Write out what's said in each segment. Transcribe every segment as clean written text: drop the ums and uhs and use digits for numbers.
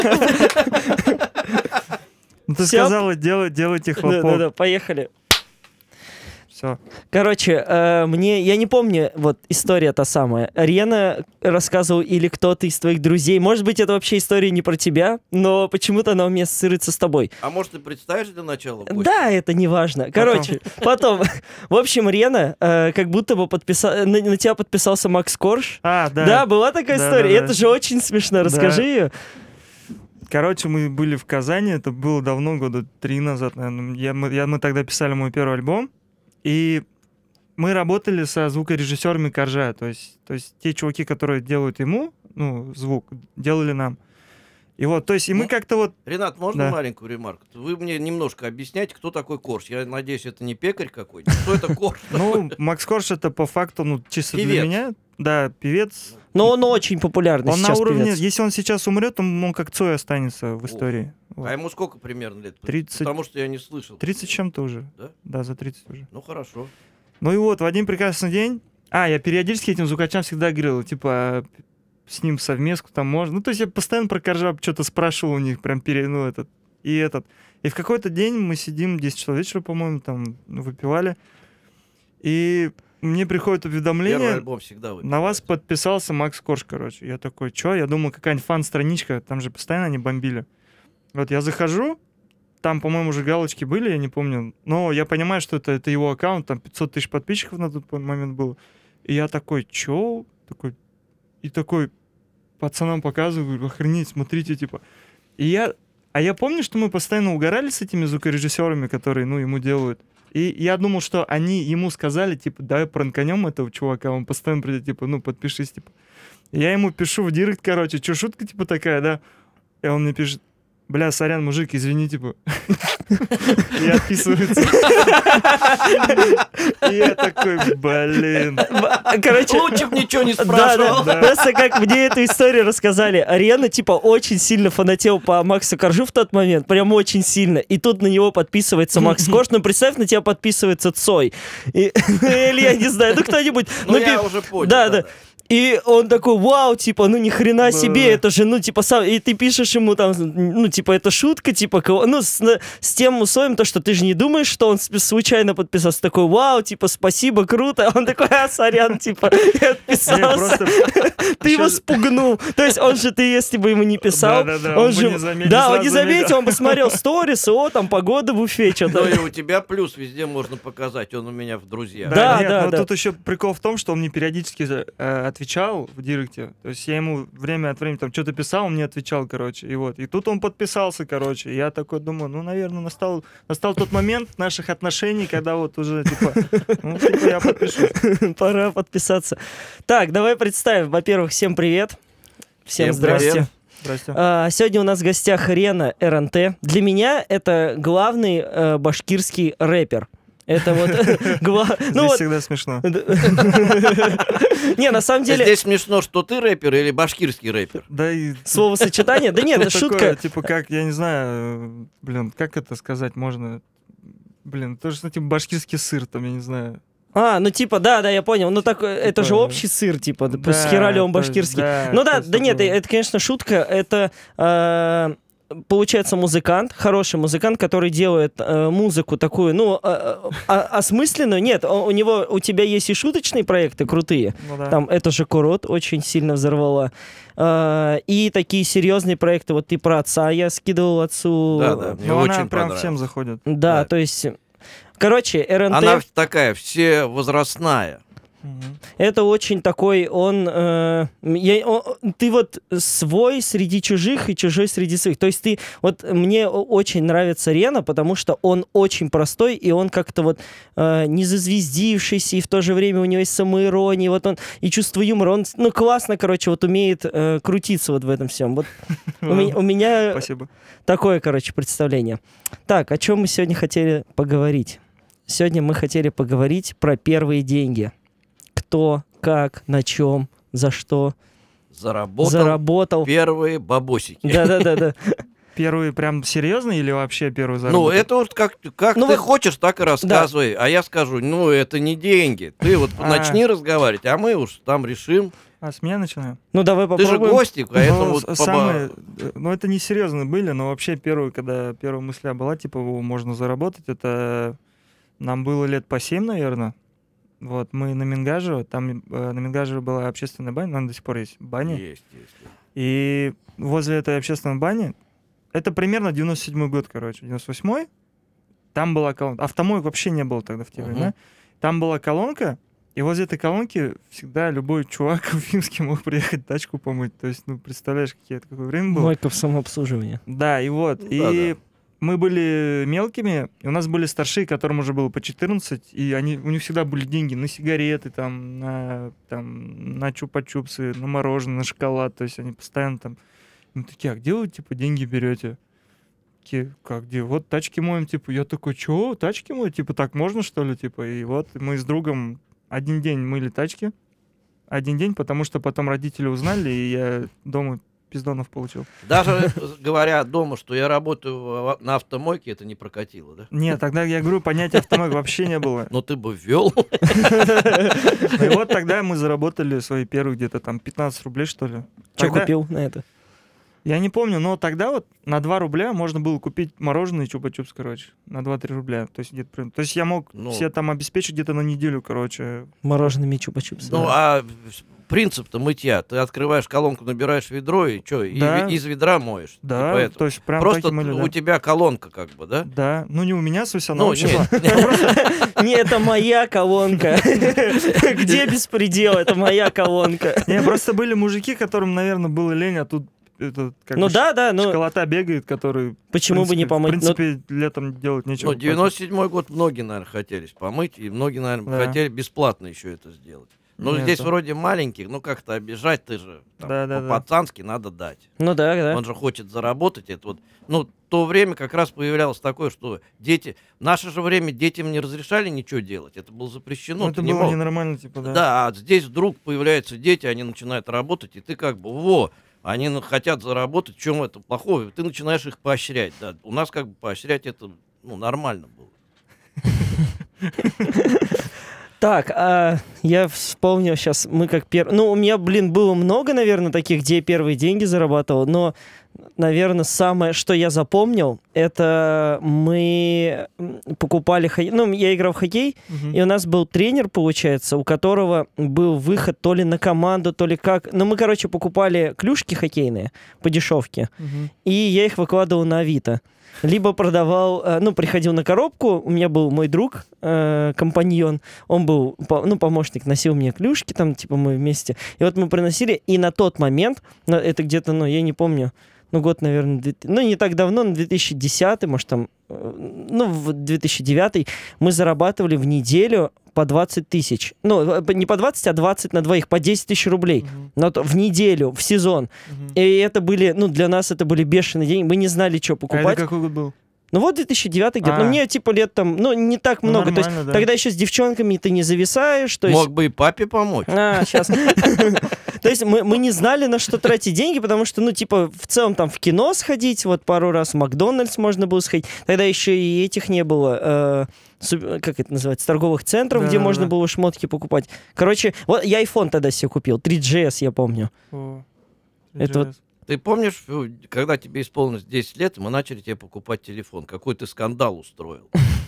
Ну, ты сказала, делайте хлопок. Да-да-да, поехали. Все. Короче, я не помню, вот история та самая. Рена рассказывал или кто-то из твоих друзей. Может быть, это вообще история не про тебя, но почему-то она у меня ассоциируется с тобой. А может, ты представишь для начала? Да, это не важно. Короче, потом. В общем, Рена как будто бы на тебя подписался Макс Корж. Да, была такая история. Это же очень смешно. Расскажи ее. Короче, мы были в Казани, это было давно, года 3 назад, наверное. Мы тогда писали мой первый альбом, и мы работали со звукорежиссерами Коржа, то есть те чуваки, которые делают ему, звук, делали нам. И вот, то есть, и мы как-то вот... Ренат, можно маленькую ремарку? Вы мне немножко объясняйте, кто такой Корж. Я надеюсь, это не пекарь какой-нибудь. Что это Корж? Макс Корж это по факту, чисто для меня, да, певец. Но он очень популярный сейчас. Он на уровне, певец. если он сейчас умрет, он как Цой останется в истории. Вот. А ему сколько примерно лет? 30. Потому что я не слышал. 30 чем-то уже. Да? Да, за 30 уже. Ну, хорошо. Ну и вот, в один прекрасный день... я периодически этим звукачам всегда говорил, типа, с ним совместку там можно. Ну, то есть я постоянно про Коржа что-то спрашивал у них, прям И в какой-то день мы сидим, 10 часов вечера, по-моему, там выпивали. И мне приходит уведомление. Первый альбом всегда выпивает. На вас подписался Макс Корж, короче. Я такой, чё? Я думал, какая-нибудь фан-страничка, там же постоянно они бомбили. Вот я захожу, там, по-моему, уже галочки были, я не помню. Но я понимаю, что это его аккаунт, там 500 тысяч подписчиков на тот момент было. И я такой, чё? Такой пацанам показываю, говорю, охренеть, смотрите, типа. А я помню, что мы постоянно угорали с этими звукорежиссерами, которые, ему делают. И я думал, что они ему сказали, типа, давай пранканем этого чувака, он постоянно придет, типа, подпишись, типа. И я ему пишу в директ, короче, чё, шутка, типа, такая, да? И он мне пишет, бля, сорян, мужик, извини, типа. И отписывается. И я такой, блин. Короче, лучше бы ничего не спрашивал. Просто как мне эту историю рассказали, Арена, типа, очень сильно фанател по Максу Коржу в тот момент, прям очень сильно. И тут на него подписывается Макс Корж. Ну, представь, на тебя подписывается Цой. Или я не знаю, кто-нибудь. Я уже понял. Да. И он такой, вау, типа, ни хрена себе, это же, сам, и ты пишешь ему там, типа, это шутка, типа, с тем условием, то, что ты же не думаешь, что он случайно подписался, такой, вау, типа, спасибо, круто, он такой, сорян, типа, и отписался. Ты его спугнул. То есть ты, если бы ему не писал, он же... Да, он не заметил, он бы смотрел сторисы, там погода в Уфе, что-то. Ну и у тебя плюс везде можно показать, он у меня в друзьях. Да. Но тут еще прикол в том, что он мне периодически отвечал в директе. То есть я ему время от времени там что-то писал, он мне отвечал, короче. И тут он подписался, короче. И я такой думаю, наверное, настал тот момент наших отношений, когда вот уже, типа, я подпишусь. Пора подписаться. Так, давай представим. Во-первых, всем привет. Всем здрасте. Здрасте. Сегодня у нас в гостях Рена РНТ. Для меня это главный башкирский рэпер. Это вот... Здесь всегда смешно. Не, на самом деле... Здесь смешно, что ты рэпер или башкирский рэпер? Да и... Словосочетание? Да нет, это шутка. Типа как, я не знаю, как это сказать можно? То же, типа, башкирский сыр, там, я не знаю. Да, я понял. Это же общий сыр, типа, с хера ли он башкирский. Нет, это, конечно, шутка. Это... Получается музыкант, хороший музыкант, который делает музыку такую, осмысленную. Нет, у тебя есть и шуточные проекты крутые. Там это же Курот очень сильно взорвало. И такие серьезные проекты. Вот ты про отца я скидывал отцу. Да, мне очень прям всем заходит. Да, то есть... Короче, РНТ... Она такая всевозрастная. Это очень такой, ты вот свой среди чужих и чужой среди своих. То есть мне очень нравится Рена, потому что он очень простой, и он как-то вот не зазвездившийся, и в то же время у него есть самоирония, вот он и чувство юмора, он, классно, короче, вот умеет крутиться вот в этом всем. Вот у меня Спасибо. Такое, короче, представление. Так, о чем мы сегодня хотели поговорить? Сегодня мы хотели поговорить про первые деньги. Кто, как, на чем, за что заработал первые бабосики. Да. Первые прям серьезные или вообще первые заработки? Это вот как ты хочешь, так и рассказывай. Да. А я скажу, это не деньги. Ты вот начни разговаривать, а мы уж там решим. А, с меня начинаем? Ну, давай Ты же попробуем. гостик, поэтому... Ну, это не серьезно были, но вообще когда первая мысля была, типа, можно заработать, это нам было лет по 7, наверное. Вот, мы на Мингажево, там на Мингажево была общественная баня, она до сих пор есть баня. Есть. И возле этой общественной бани, это примерно 97-й год, короче, 98-й, там была колонка. Автомоек вообще не было тогда в те времена. Там была колонка, и возле этой колонки всегда любой чувак уфимский мог приехать тачку помыть. То есть, ну, представляешь, какое время было. Мойка в самообслуживании. Да, и вот. Ну, и да. мы были мелкими, и у нас были старшие, которым уже было по 14, и у них всегда были деньги на сигареты, на чупа-чупсы, на мороженое, на шоколад. То есть они постоянно там... Мы такие, а где вы, типа, деньги берете? Такие, как где? Вот тачки моем, типа. Я такой, чё, тачки моем? Типа, так можно, что ли? Типа, и вот мы с другом один день мыли тачки. Один день, потому что потом родители узнали, и я дома пиздонов получил. Даже говоря дома, что я работаю на автомойке, это не прокатило, да? Нет, тогда, я говорю, понятия автомойки вообще не было. Но ты бы ввел. И вот тогда мы заработали свои первые где-то там 15 рублей, что ли. Что купил на это? Я не помню, но тогда вот на 2 рубля можно было купить мороженое и чупа-чупс, короче. На 2-3 рубля. То есть, то есть я мог себе там обеспечить где-то на неделю, короче. Морожеными чупа-чупс. Ну, а принцип-то мытья. Ты открываешь колонку, набираешь ведро и что, из ведра моешь. Да, то есть прям просто так и мыли, у тебя колонка как бы, да? Да, ну не у меня, Суся, но вообще... Не, это моя колонка. Где беспредел? Это моя колонка. Не, просто были мужики, которым, наверное, было лень, а тут школота бегает, который... Почему бы не помыть? В принципе, летом делать нечего. Ну, 97-й год многие, наверное, хотелись помыть, и многие, наверное, хотели бесплатно еще это сделать. Ну, здесь вроде маленьких, ну, как-то обижать, ты же по-пацански надо дать. Ну, да. Он же хочет заработать. Это вот, ну, то время как раз появлялось такое, что дети... В наше же время детям не разрешали ничего делать. Это было запрещено. Ну, это было ненормально, типа, да. Да, а здесь вдруг появляются дети, они начинают работать, и ты как бы, они хотят заработать, в чем это плохое? Ты начинаешь их поощрять. Да. У нас как бы поощрять это, нормально было. Так, я вспомнил сейчас, мы как у меня, было много, наверное, таких, где я первые деньги зарабатывал, но, наверное, самое, что я запомнил, это мы покупали я играл в хоккей, и у нас был тренер, получается, у которого был выход то ли на команду, то ли как. Мы, короче, покупали клюшки хоккейные по дешевке, и я их выкладывал на Авито. Либо продавал, приходил на коробку, у меня был мой друг, компаньон, он был, помощник, носил мне клюшки, там, типа, мы вместе. И вот мы приносили, и на тот момент, это где-то, я не помню, год, наверное, не так давно, 2010, может, там, в 2009 мы зарабатывали в неделю по 20 тысяч. Не по 20, а 20 на двоих, по 10 тысяч рублей. В неделю, в сезон. И это были, для нас это были бешеные деньги. Мы не знали, что покупать. А это какой год был? 2009 где-то. Мне, лет там, не так много. То есть тогда еще с девчонками ты не зависаешь. Мог бы и папе помочь. Сейчас. То есть мы не знали, на что тратить деньги, потому что, в целом там в кино сходить, пару раз в Макдональдс можно было сходить. Тогда еще и этих не было, как это называется, торговых центров, где можно было шмотки покупать. Короче, я iPhone тогда себе купил, 3GS, я помню. Это Ты помнишь, когда тебе исполнилось 10 лет, мы начали тебе покупать телефон. Какой ты скандал устроил.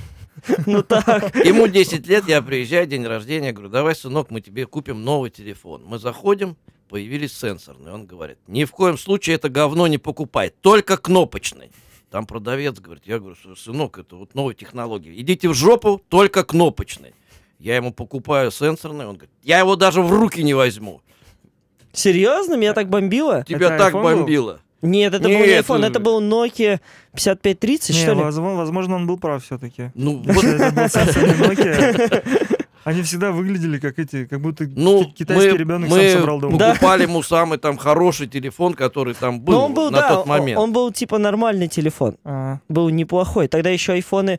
Так. Ему 10 лет, я приезжаю, день рождения, говорю, давай, сынок, мы тебе купим новый телефон. Мы заходим, появились сенсорные. Он говорит, ни в коем случае это говно не покупай, только кнопочный. Там продавец говорит, я говорю, сынок, это новая технология. Идите в жопу, только кнопочный. Я ему покупаю сенсорный, он говорит, я его даже в руки не возьму. Серьезно? Меня так бомбило? Тебя это так iPhone бомбило. Нет, это был не iPhone, это был Nokia 5530, что ли? Возможно, он был прав все-таки. Это был сенсорный Nokia. Они всегда выглядели как будто китайский ребенок сам собрал дома. Мы покупали ему самый там хороший телефон, который там был на тот момент. Он был типа нормальный телефон. Был неплохой. Тогда еще айфоны...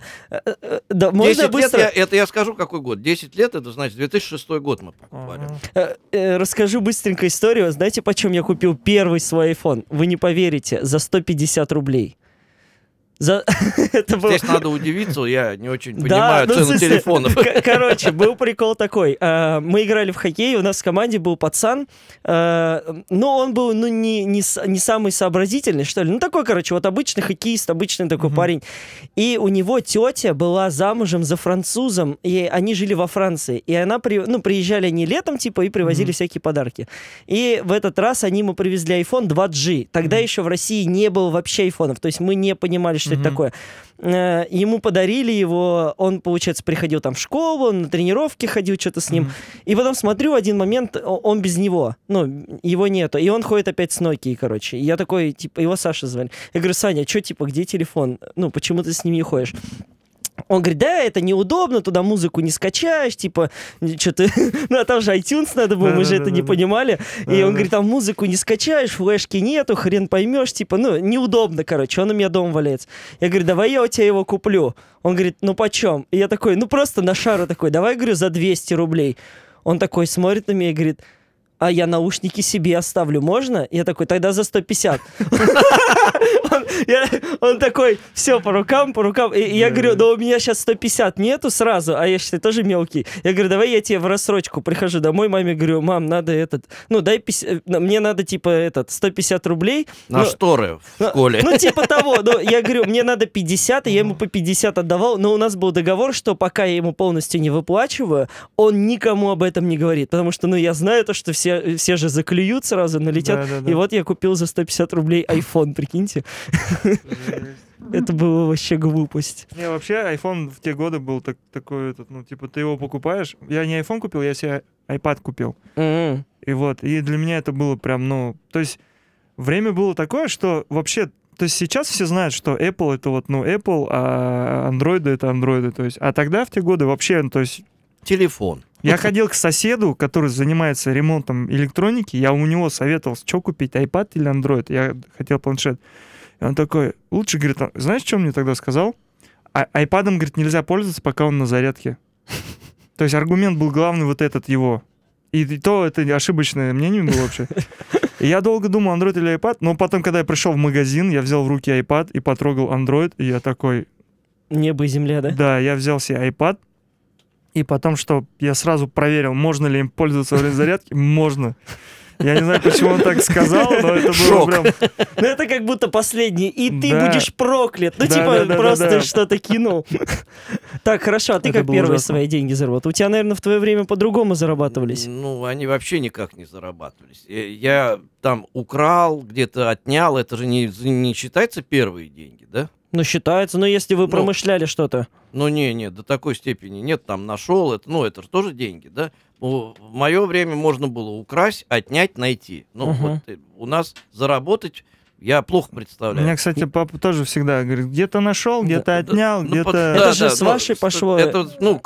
10 лет, это я скажу, какой год. 10 лет, это значит 2006 год мы покупали. Расскажу быстренько историю. Знаете, почем я купил первый свой iPhone? Вы не поверите. За 150 рублей. Это было... Здесь надо удивиться, я не очень понимаю ну, цену телефонов. Короче, был прикол такой. Мы играли в хоккей, у нас в команде был пацан, но он был не самый сообразительный, что ли. Ну, такой, короче, вот обычный хоккеист, обычный такой парень. И у него тетя была замужем за французом, и они жили во Франции. И она, приезжали они летом, типа, и привозили всякие подарки. И в этот раз они ему привезли iPhone 2G. Тогда еще в России не было вообще айфонов, то есть мы не понимали, что это такое. Ему подарили его, он, получается, приходил там в школу, на тренировки ходил, что-то с ним. И потом смотрю, один момент, он без него, его нету. И он ходит опять с Nokia, короче. И я такой, типа, его Саша звали. Я говорю, Саня, что, типа, где телефон? Почему ты с ним не ходишь? Он говорит, да, это неудобно, туда музыку не скачаешь, типа, что-то... а там же iTunes надо было, мы же это не понимали. И он говорит, там музыку не скачаешь, флешки нету, хрен поймешь, типа, неудобно, короче, он у меня дома валяется. Я говорю, давай я у тебя его куплю. Он говорит, почем? И я такой, просто на шару такой, давай, говорю, за 200 рублей. Он такой смотрит на меня и говорит, а я наушники себе оставлю, можно? Я такой, тогда за 150. Он такой, все, по рукам. И я говорю, да у меня сейчас 150 нету сразу, а я, считай, тоже мелкий. Я говорю, давай я тебе в рассрочку прихожу домой, маме говорю, мам, надо дай, мне надо, типа, 150 рублей. На шторы в школе. Типа того. Я говорю, мне надо 50, и я ему по 50 отдавал, но у нас был договор, что пока я ему полностью не выплачиваю, он никому об этом не говорит, потому что, я знаю то, что все же заклюют сразу, налетят. И вот я купил за 150 рублей iPhone, прикиньте. Это было вообще глупость. Не, вообще, iPhone в те годы был такой, ты его покупаешь. Я не iPhone купил, я себе iPad купил. И для меня это было прям, то есть время было такое, что вообще, то есть сейчас все знают, что Apple это Apple, а Android это Android, то есть, а тогда в те годы вообще, то есть... Телефон. Я ходил к соседу, который занимается ремонтом электроники, я у него советовал, что купить, iPad или Android. Я хотел планшет. И он такой, лучше, говорит, знаешь, что он мне тогда сказал? Айпадом, говорит, нельзя пользоваться, пока он на зарядке. То есть аргумент был главный вот этот его. И то это ошибочное мнение было вообще. И я долго думал, Android или iPad, но потом, когда я пришел в магазин, я взял в руки iPad и потрогал Android, и я такой... Небо и земля, да? Да, я взял себе iPad, и потом, что я сразу проверил, можно ли им пользоваться во время зарядки. Можно. Я не знаю, почему он так сказал, но это было прям... это как будто последний, и ты будешь проклят. Просто что-то кинул. Так, хорошо, а ты как первый свои деньги заработал? У тебя, наверное, в твое время по-другому зарабатывались. Они вообще никак не зарабатывались. Я там украл, где-то отнял, это же не считается первые деньги, да? Считается, но если вы промышляли что-то. Не, до такой степени нет, там нашел, это же тоже деньги, да? В мое время можно было украсть, отнять, найти. У нас заработать я плохо представляю. У меня, кстати, папа тоже всегда говорит, где-то нашел, где-то отнял, где-то... Это же с вашей пошло. Это,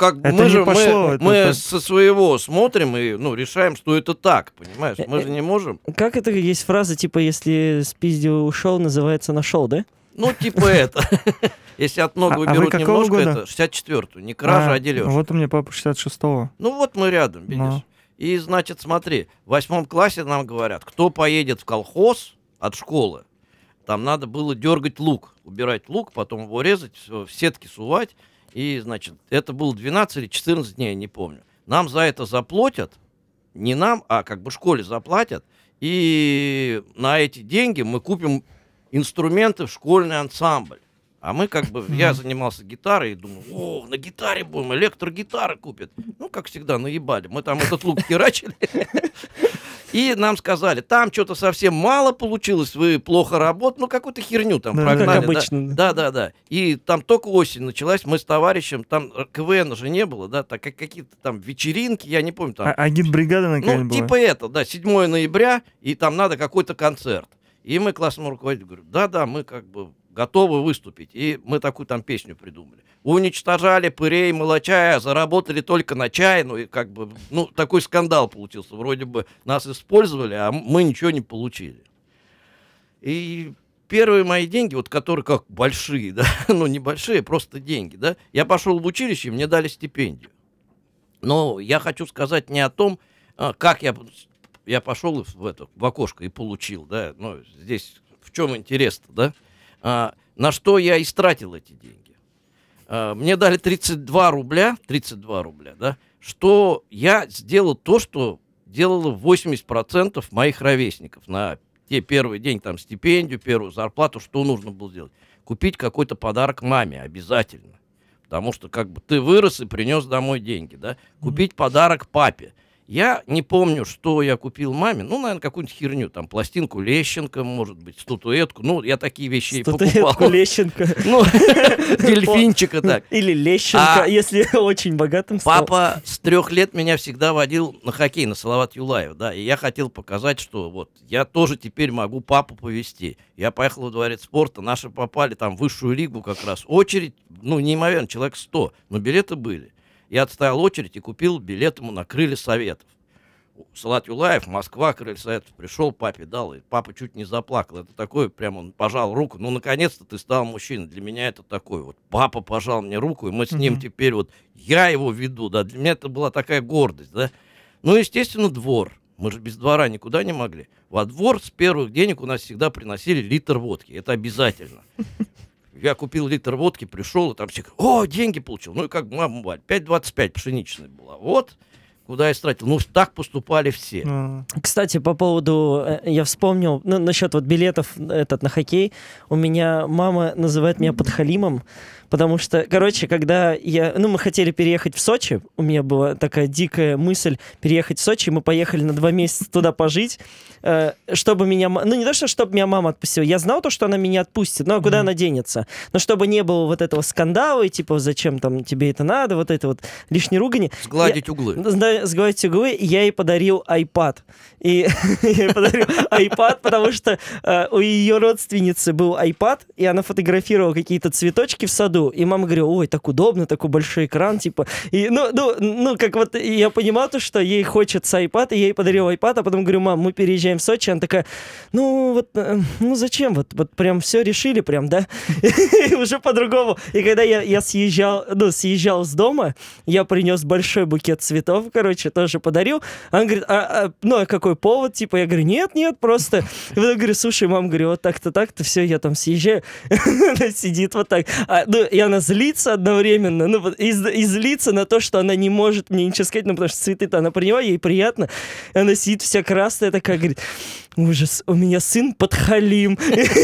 мы со своего смотрим и решаем, что это так, понимаешь? Мы же не можем. Как это есть фраза, типа, если спиздил ушел, называется нашел, да? Типа это. Если от многого берут немножко, это 64-ю. Не кража, а дележ. Вот у меня папа 66-го. Вот мы рядом, видишь. И, значит, смотри, в 8 классе нам говорят, кто поедет в колхоз от школы, там надо было дергать лук, убирать лук, потом его резать, в сетки сувать. И, значит, это было 12 или 14 дней, не помню. Нам за это заплатят, не нам, а как бы школе заплатят. И на эти деньги мы купим инструменты в школьный ансамбль. А мы я занимался гитарой и думал, на гитаре будем, электрогитары купят. Как всегда, наебали. Мы там этот лук херачили. И нам сказали, там что-то совсем мало получилось, вы плохо работаете, какую-то херню там прогнали. Как обычно. Да. И там только осень началась, мы с товарищем, там КВН же не было, да, так как какие-то там вечеринки, я не помню. Там, агитбригада наконец была? Типа это, да, 7 ноября, и там надо какой-то концерт. И мы классному руководителю говорим, да, мы готовы выступить. И мы такую там песню придумали. Уничтожали пырей, молочая, заработали только на чай. Такой скандал получился. Вроде бы нас использовали, а мы ничего не получили. И первые мои деньги, которые как большие, да, небольшие, просто деньги, да, я пошел в училище, и мне дали стипендию. Но я хочу сказать не о том, как я пошел в окошко и получил, да, здесь в чем интерес-то, да? На что я истратил эти деньги? Мне дали 32 рубля, да, что я сделал то, что делало 80% моих ровесников на те первый день, там, стипендию, первую зарплату, что нужно было сделать? Купить какой-то подарок маме обязательно. Потому что как бы ты вырос и принес домой деньги, да? Купить подарок папе. Я не помню, что я купил маме. Ну, наверное, какую-нибудь херню. Там, пластинку Лещенко, может быть, статуэтку. Ну, я такие вещи и покупал. Статуэтку Лещенко. Ну, дельфинчика так. Или Лещенко, если очень богатым стал. Папа с 3 лет меня всегда водил на хоккей, на Салават Юлаев, да, и я хотел показать, что вот я тоже теперь могу папу повезти. Я поехал во дворец спорта, наши попали там в высшую лигу как раз. Очередь, ну, неимоверно, человек 100, но билеты были. Я отстоял очередь и купил билет ему на Крылья Советов. Салават Юлаев, Москва, Крылья Советов. Пришел, папе дал, и папа чуть не заплакал. Это такой, прям он пожал руку. Ну, наконец-то ты стал мужчиной. Для меня это такой вот. Папа пожал мне руку, и мы с ним теперь вот, я его веду, да. Для меня это была такая гордость, да. Ну, естественно, двор. Мы же без двора никуда не могли. Во двор с первых денег у нас всегда приносили литр водки. Это обязательно. Я купил литр водки, пришел, и там все говорят, о, деньги получил. Ну, и как мама бывает, 5,25 пшеничная была. Вот куда я истратил. Ну, так поступали все. Кстати, по поводу, я вспомнил, ну, насчет вот билетов на хоккей. У меня мама называет меня подхалимом, потому что, короче, когда мы хотели переехать в Сочи, у меня была такая дикая мысль переехать в Сочи, мы поехали на 2 месяца туда пожить, чтобы меня, ну, не то, чтобы меня мама отпустила, я знал то, что она меня отпустит, но куда она денется, но чтобы не было вот этого скандала, и типа, зачем там тебе это надо, вот это вот лишней ругани. Сгладить углы. Сгладить углы, я ей подарил iPad. И я ей подарил iPad, потому что у ее родственницы был iPad, и она фотографировала какие-то цветочки в саду, и мама говорила, ой, так удобно, такой большой экран, типа. И, ну, как вот я понимал то, что ей хочется iPad, и я ей подарил iPad, а потом говорю, мам, мы переезжаем в Сочи, она такая, ну, вот, ну, зачем, вот прям все решили, прям, да? И уже по-другому. И когда я съезжал с дома, я принес большой букет цветов, короче, тоже подарил. Она говорит, ну, а какой повод? Типа, я говорю, нет, просто. И потом говорю, слушай, мам, говорю, вот так-то, все, я там съезжаю. Она сидит вот так. И она злится одновременно, ну, и злится на то, что она не может мне ничего сказать, ну, потому что цветы-то она приняла, ей приятно. И она сидит вся красная, такая, говорит, ужас, у меня сын подхалим.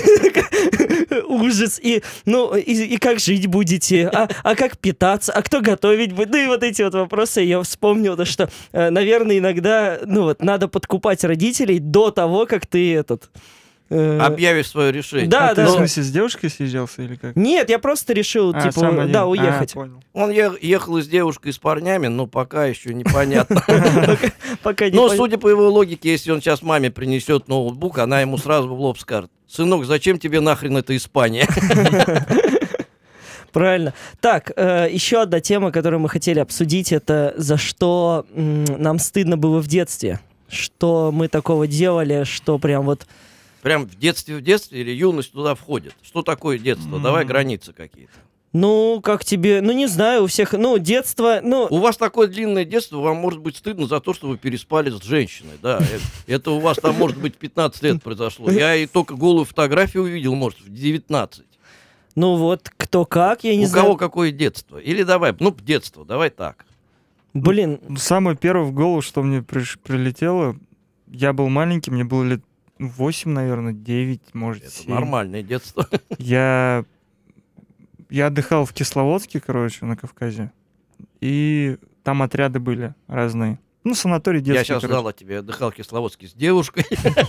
Ужас. И как жить будете? А как питаться? А кто готовить будет? Ну и вот эти вот вопросы я вспомнил, что, наверное, иногда, ну вот, надо подкупать родителей до того, как ты объявишь свое решение. Да, Ты, в смысле, с девушкой съезжался или как? Нет, я просто решил, уехать. Понял. Он ехал и с девушкой, и с парнями, но пока еще непонятно. Пока не Но, судя по его логике, если он сейчас маме принесет ноутбук, она ему сразу в лоб скажет, сынок, зачем тебе нахрен эта Испания? Правильно. Так, еще одна тема, которую мы хотели обсудить, это за что нам стыдно было в детстве. Что мы такого делали, что прям вот... Прям в детстве или юность туда входит? Что такое детство? Давай границы какие-то. Ну, как тебе... Ну, не знаю, у всех... Ну, детство... Ну... У вас такое длинное детство, вам может быть стыдно за то, что вы переспали с женщиной, да. Это у вас там, может быть, 15 лет произошло. Я и только голую фотографию увидел, может, в 19. Ну вот, кто как, я не знаю. У кого какое детство? Или давай, детство, давай так. Блин. Самое первое в голову, что мне прилетело, я был маленький, мне было лет 8, наверное, 9, может, Это 7. нормальное детство. Я отдыхал в Кисловодске, короче, на Кавказе, и там отряды были разные. Ну, санаторий детский. Я сейчас ждал от тебя, отдыхал в Кисловодске с девушкой.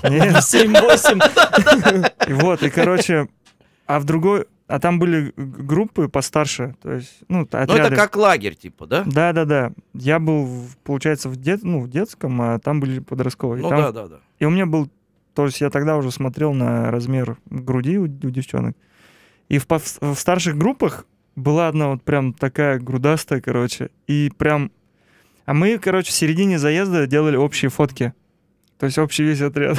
7-8. И вот, и, короче, а там были группы постарше, то есть, отряды. Ну, это как лагерь, типа, да? Да. Я был, получается, в детском, а там были подростковые. Да. И у меня был, то есть я тогда уже смотрел на размер груди у девчонок. И в старших группах была одна вот прям такая грудастая, короче, и прям... А мы, короче, в середине заезда делали общие фотки. То есть общий весь отряд.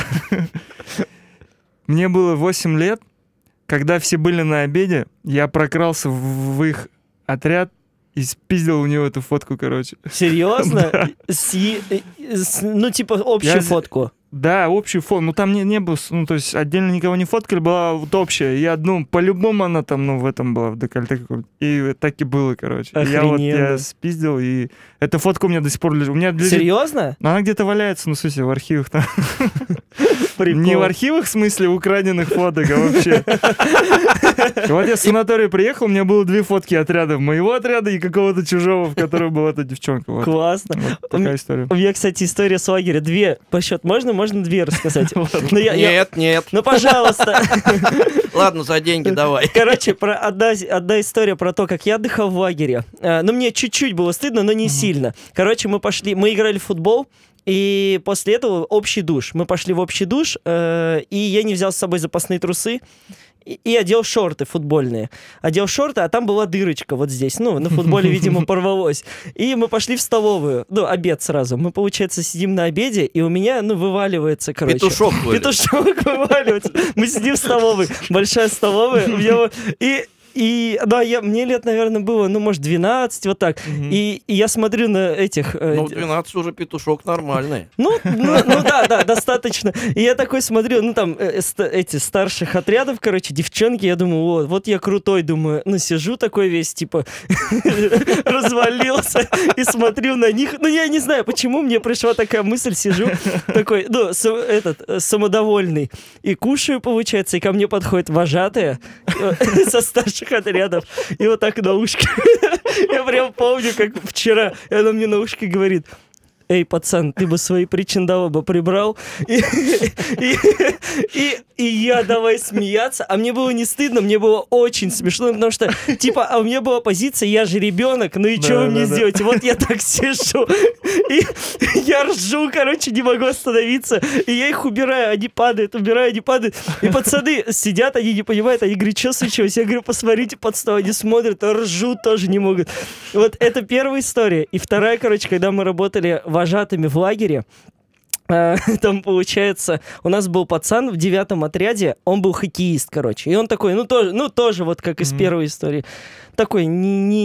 Мне было 8 лет. Когда все были на обеде, я прокрался в их отряд и спиздил у него эту фотку, короче. Серьезно? Да. Ну, типа, общую фотку. Да, общий фон. Ну, там не было, ну, то есть отдельно никого не фоткали, была вот общая. Я, ну, по-любому она там, ну, в этом была, в декольте каком-то. И так и было, короче. Я спиздил, и эта фотка у меня до сих пор лежит. У меня Серьезно? Она где-то валяется, ну, в смысле, в архивах там. Не в архивах, в смысле, украденных фоток, а вообще. Вот я с санатория приехал, у меня было 2 фотки отряда. Моего отряда и какого-то чужого, в котором была эта девчонка. Классно. Такая история. У меня, кстати, история с лагеря. 2 по счету. Можно 2 рассказать? Нет. Ну, пожалуйста. Ладно, за деньги давай. Короче, одна история про то, как я отдыхал в лагере. Ну, мне чуть-чуть было стыдно, но не сильно. Короче, мы играли в футбол, и после этого общий душ. Мы пошли в общий душ, и я не взял с собой запасные трусы, и одел шорты футбольные. Одел шорты, а там была дырочка вот здесь. Ну, на футболе, видимо, порвалось. И мы пошли в столовую. Ну, обед сразу. Мы, получается, сидим на обеде, и у меня, ну, вываливается, короче. Петушок вываливается. Мы сидим в столовой. Большая столовая. И да, мне лет, наверное, было, ну, может, 12, вот так. И я смотрю на этих... Ну, 12 уже петушок нормальный. Ну, да, достаточно. И я такой смотрю, ну, там, эти старших отрядов, короче, девчонки, я думаю, вот я крутой, думаю, ну, сижу такой весь, типа, развалился и смотрю на них. Ну, я не знаю, почему мне пришла такая мысль, сижу такой, ну, самодовольный. И кушаю, получается, и ко мне подходит вожатая со старших отрядов. И вот так на ушко. Я прям помню, как вчера она мне на ушко говорит: эй, пацан, ты бы свои причиндалы бы прибрал. И я давай смеяться. А мне было не стыдно, мне было очень смешно, потому что, типа, а у меня была позиция, я же ребенок, ну и что вы мне сделаете? Вот я так сижу, и я ржу, короче, не могу остановиться, и я их убираю, они падают, и пацаны сидят, они не понимают, они говорят, что случилось? Я говорю, посмотрите под стол, они смотрят, ржут, тоже не могут. Вот это первая история. И вторая, короче, когда мы работали вожатыми в лагере, там, получается, у нас был пацан в 9-м отряде, он был хоккеист, короче, и он такой, тоже вот как из первой истории, такой не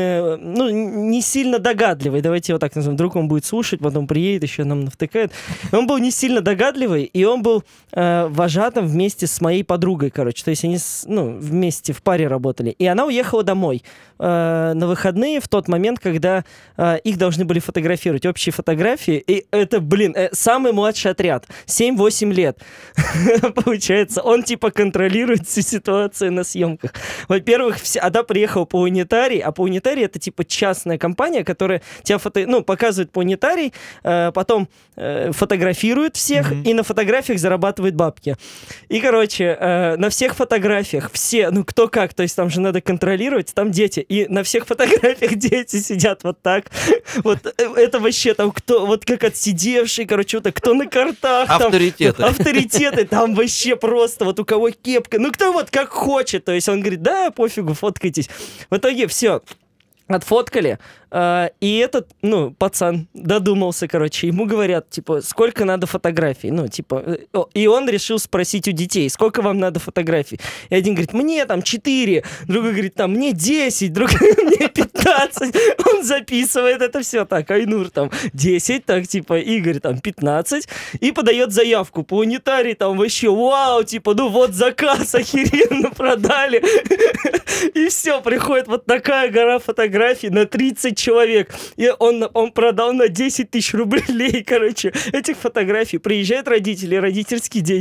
сильно догадливый, давайте его так назовем, вдруг он будет слушать, потом приедет, еще нам навтыкает. Он был не сильно догадливый, и он был вожатым вместе с моей подругой, короче, то есть они вместе в паре работали, и она уехала домой на выходные в тот момент, когда их должны были фотографировать, общие фотографии, и это, самый младший отряд, 7-8 лет, получается, он типа контролирует всю ситуацию на съемках. Во-первых, она приехала по унитарий, а по унитарий это типа частная компания, которая тебя показывает по унитарий, потом фотографирует всех и на фотографиях зарабатывает бабки. И, короче, на всех фотографиях все, кто как, то есть там же надо контролировать, там дети, и на всех фотографиях дети сидят вот так. Вот это вообще там кто, вот как отсидевший, короче, вот кто на картах. Авторитеты, там вообще просто вот у кого кепка, кто вот как хочет, то есть он говорит, да, пофигу, фоткайтесь. В итоге все, отфоткали, и этот, пацан додумался, короче, ему говорят, типа, сколько надо фотографий, и он решил спросить у детей, сколько вам надо фотографий. И один говорит, мне там 4, другой говорит, там, мне 10, другой, мне 15. Он записывает это все так, Айнур там 10, так, типа, Игорь там 15, и подает заявку по унитарий, там вообще, вау, типа, вот заказ, охеренно продали. И все, приходит вот такая гора фотографий на 30 человек. И он продал на 10 тысяч рублей, короче, этих фотографий. Приезжают родители, родительский день.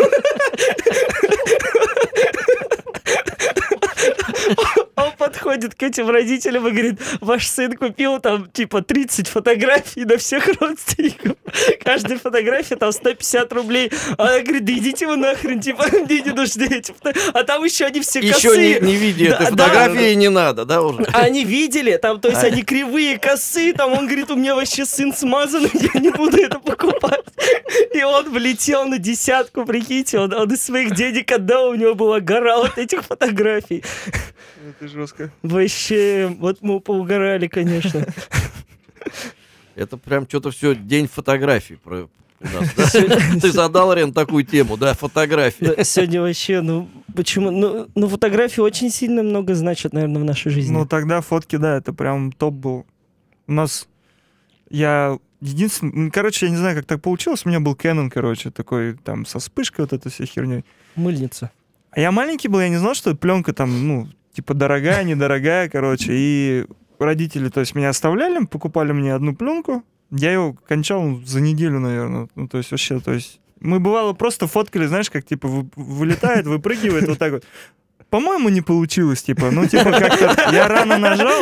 Он подходит к этим родителям и говорит, ваш сын купил там, типа, 30 фотографий на всех родственников. Каждая фотография там 150 рублей. А она говорит, да идите вы нахрен, типа, мне не нужны эти фотографии. А там еще они все косые. Еще не видели этой фотографии, не надо, да, уже? Они видели, там, то есть они кривые, косые, там, он говорит, у меня вообще сын смазанный, я не буду это покупать. И он влетел на 10, прикиньте, он из своих денег отдал, у него была гора вот этих фотографий. Это жестко. Вообще, вот мы поугорали, конечно. Это прям что-то все день фотографий у нас, да? Ты задал, Рен, такую тему, да, фотографии. Да, сегодня вообще, почему? Фотографии очень сильно много значат, наверное, в нашей жизни. Тогда фотки, да, это прям топ был. У нас, я единственное... Короче, я не знаю, как так получилось. У меня был Canon, короче, такой там со вспышкой вот этой всей херней. Мыльница. А я маленький был, я не знал, что пленка там, ну, типа дорогая, недорогая, короче. И родители, то есть, меня оставляли, покупали мне одну пленку. Я ее кончал за неделю, наверное. Ну, то есть, вообще, то есть... Мы, бывало, просто фоткали, знаешь, как, типа, вылетает, выпрыгивает вот так вот. По-моему, не получилось, типа, ну, типа, как-то я рано нажал,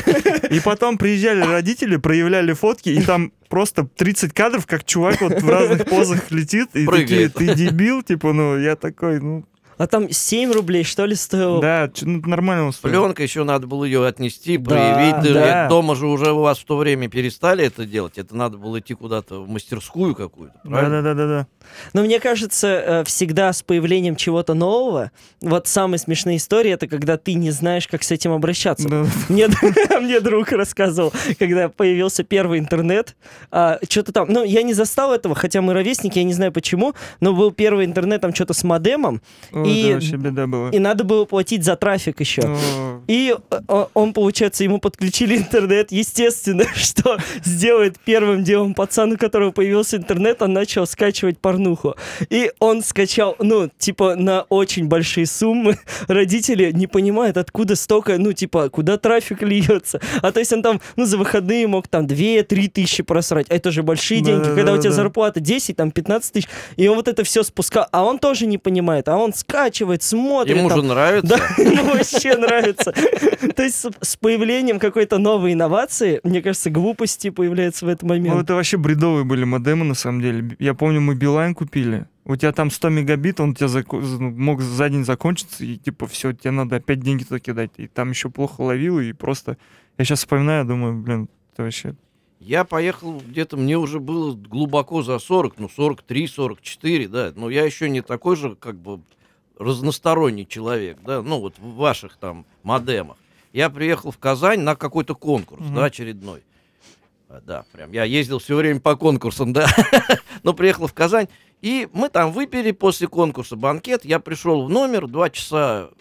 и потом приезжали родители, проявляли фотки, и там просто 30 кадров, как чувак вот в разных позах летит, и Прыгает. такие, ты дебил, типа, ну, я такой, ну... А там 7 рублей, что ли, стоило? Да, нормально стоит. Пленка, еще надо было ее отнести, Да, проявить. да. Дома же уже у вас в то время перестали это делать. Это надо было идти куда-то в мастерскую какую-то. правильно? Да-да-да-да. Но мне кажется, всегда с появлением чего-то нового, вот самые смешные истории, это когда ты не знаешь, как с этим обращаться. Да. Мне друг рассказывал, когда появился первый интернет, что-то там, ну, я не застал этого, хотя мы ровесники, я не знаю почему, но был первый интернет там что-то с модемом, Ой, и, это вообще беда была. и надо было платить за трафик еще. О, И он, получается, ему подключили интернет. Естественно, что сделает первым делом пацан, у которого появился интернет, он начал скачивать порнуху. И он скачал, ну, типа, на очень большие суммы. Родители не понимают, откуда столько, ну, типа, куда трафик льется. А то есть он там, ну, за выходные мог там 2-3 тысячи просрать. А это же большие деньги. Когда у тебя зарплата 10, там, 15 тысяч, и он вот это все спускал. А он тоже не понимает. А он скачивает, смотрит. Ему там, же нравится. да, ему вообще нравится. То есть с появлением какой-то новой инновации, мне кажется, глупости появляются в этот Ну, момент. это вообще бредовые были модемы, на самом деле. Я помню, мы Билайн купили. У тебя там 100 мегабит, он у тебя мог за день закончиться, и типа все, тебе надо опять деньги туда кидать. И там еще плохо ловил, и просто... Я сейчас вспоминаю, думаю, блин, это вообще... Я поехал где-то, мне уже было глубоко за 40, ну, 43, 44, да. Но я еще не такой же, как бы, разносторонний человек, да, ну, вот в ваших там модемах. Я приехал в Казань на какой-то конкурс, да, очередной. Да, прям, я ездил все время по конкурсам, да. Но приехал в Казань, и мы там выпили после конкурса банкет. Я пришел в номер, 2 часа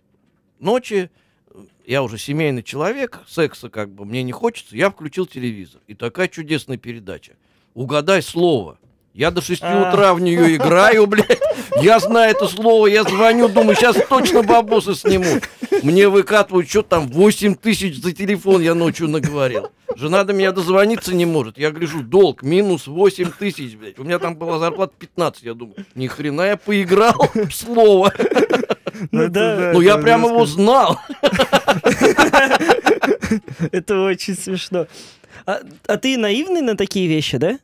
ночи, я уже семейный человек, секса как бы мне не хочется, я включил телевизор. И такая чудесная передача. Угадай слово. Я до 6 утра в нее играю, блядь. Я знаю это слово, я звоню, думаю, сейчас точно бабосы сниму. Мне выкатывают, что там, 8 тысяч за телефон я ночью наговорил. Жена до меня дозвониться не может. Я гляжу, долг, минус 8 тысяч, блядь. У меня там была зарплата 15, я думаю, ни хрена я поиграл в слово. Ну да, Ну я прямо его знал. это очень смешно. А ты наивный на такие вещи, да?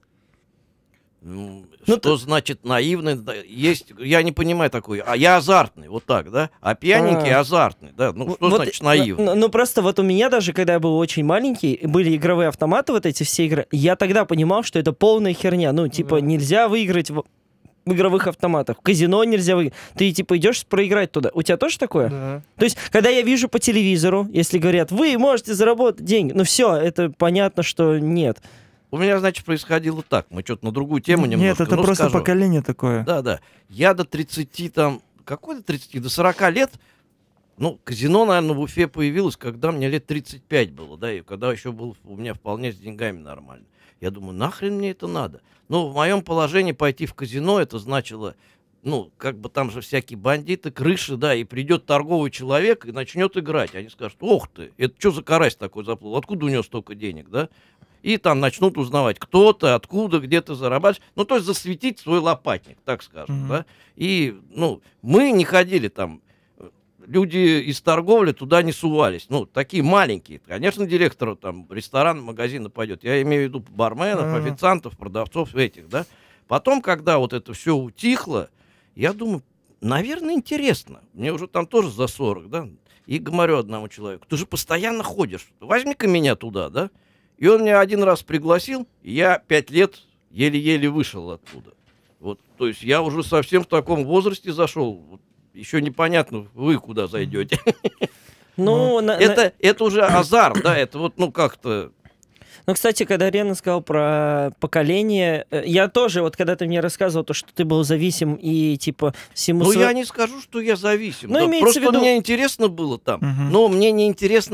Ну, Ну, что значит наивный? Да, есть, я не понимаю такой. А я азартный, вот так, да? А пьяненький азартный, да? Ну, что Вот, значит наивный? Ну, просто вот у меня даже, когда я был очень маленький, были игровые автоматы, вот эти все игры, я тогда понимал, что это полная херня. Ну, типа, нельзя выиграть в игровых автоматах. В казино нельзя выиграть. Ты, типа, идешь проиграть туда. У тебя тоже такое? Да. То есть, когда я вижу по телевизору, если говорят, вы можете заработать деньги, ну все, это понятно, что нет. У меня, значит, происходило так. Мы что-то на другую тему немножко. Нет, это ну, просто скажу. поколение такое. Да, да. Я до 30 там, какой до 30, до 40 лет, ну, казино, наверное, в Уфе появилось, когда мне лет 35 было, да, и когда еще был у меня вполне с деньгами нормально. Я думаю, нахрен мне это надо? Ну, в моем положении пойти в казино, это значило, ну, как бы там же всякие бандиты, крыши, да, и придет торговый человек и начнет играть. Они скажут, ох ты, это что за карась такой заплыл, откуда у него столько денег, да? И там начнут узнавать, кто ты, откуда, где ты зарабатываешь. Ну, то есть засветить свой лопатник, так скажем, да. И, ну, мы не ходили там, люди из торговли туда не сувались. Ну, такие маленькие. Конечно, директору там ресторан, магазина пойдет. Я имею в виду барменов, официантов, продавцов этих, да. Потом, когда вот это все утихло, я думаю, наверное, интересно. Мне уже там тоже за 40, да. И говорю одному человеку, ты же постоянно ходишь, возьми-ка меня туда, да. И он меня один раз пригласил, и я 5 лет еле-еле вышел оттуда. Вот, то есть я уже совсем в таком возрасте зашел. Вот, еще непонятно, вы куда зайдете. Ну, Это уже азарт, да, это вот, ну, как-то... Ну, кстати, когда Рена сказал про поколение, я тоже, вот когда ты мне рассказывал то, что ты был зависим и, типа, всему... Ну, я не скажу, что я зависим. Ну, Да, имеется просто в виду- мне интересно было там. Мгм. Но мне не интересно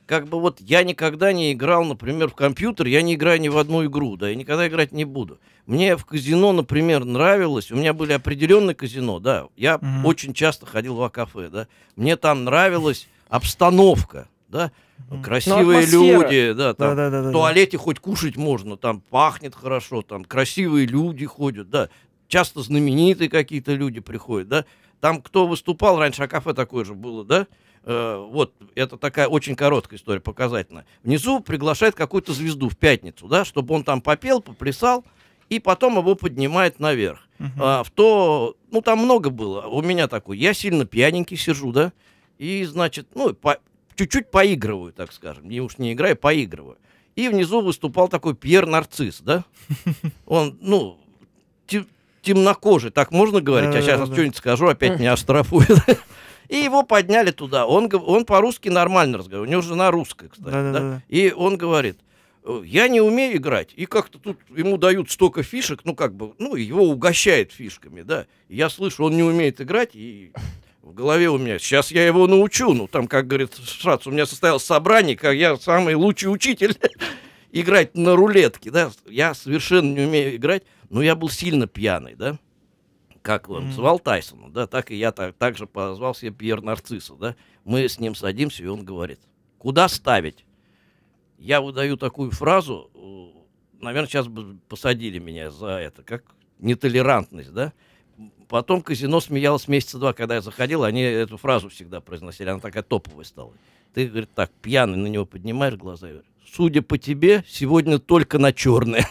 как бы вот я никогда не играл, например, в компьютер, я не играю ни в одну игру, да, и никогда играть не буду. Мне в казино, например, нравилось, у меня были определенные казино, да, я очень часто ходил в А-кафе, да, мне там нравилась обстановка, да, красивые люди, да, там в туалете хоть кушать можно, там пахнет хорошо, там красивые люди ходят, да, часто знаменитые какие-то люди приходят, да, там кто выступал, раньше А-кафе такое же было, да, вот, это такая очень короткая история, показательная. Внизу приглашает какую-то звезду в пятницу, да, чтобы он там попел, поплясал, и потом его поднимает наверх. Ну, там много было. У меня такой, я сильно пьяненький сижу, да, и, значит, ну, чуть-чуть поигрываю, так скажем. Не уж не играю, поигрываю. И внизу выступал такой Пьер Нарцисс, да. Он, ну, темнокожий, так можно говорить? А сейчас что-нибудь скажу, опять меня оштрафуют. И его подняли туда. Он по-русски нормально разговаривает. У него жена русская, кстати. Да? И он говорит, я не умею играть. И как-то тут ему дают столько фишек, ну, как бы, ну, его угощают фишками, да. И я слышу, он не умеет играть, и в голове у меня, сейчас я его научу. Ну, там, как говорит Шац, у меня состоялось собрание, как я самый лучший учитель играть на рулетке, да. Я совершенно не умею играть, но я был сильно пьяный, да. Как он звал Тайсона, да, так и я так же позвал себе Пьер Нарцисса, да. Мы с ним садимся, и он говорит, куда ставить? Я выдаю такую фразу, наверное, сейчас бы посадили меня за это, как нетолерантность, да. Потом казино смеялось месяца 2, когда я заходил, они эту фразу всегда произносили, она такая топовая стала. Ты, говорит, так, пьяный на него поднимаешь глаза и говоришь, судя по тебе, сегодня только на черное.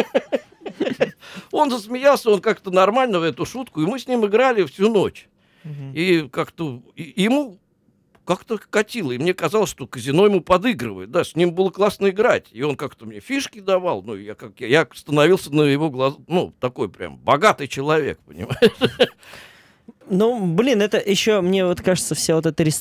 Он засмеялся, он как-то нормально в эту шутку, и мы с ним играли всю ночь. И как-то ему как-то катило, и мне казалось, что казино ему подыгрывает, да, с ним было классно играть, и он как-то мне фишки давал, ну, я становился на его глаза, ну, такой прям богатый человек, понимаешь? Ну, блин, это еще, мне вот кажется, вся вот эта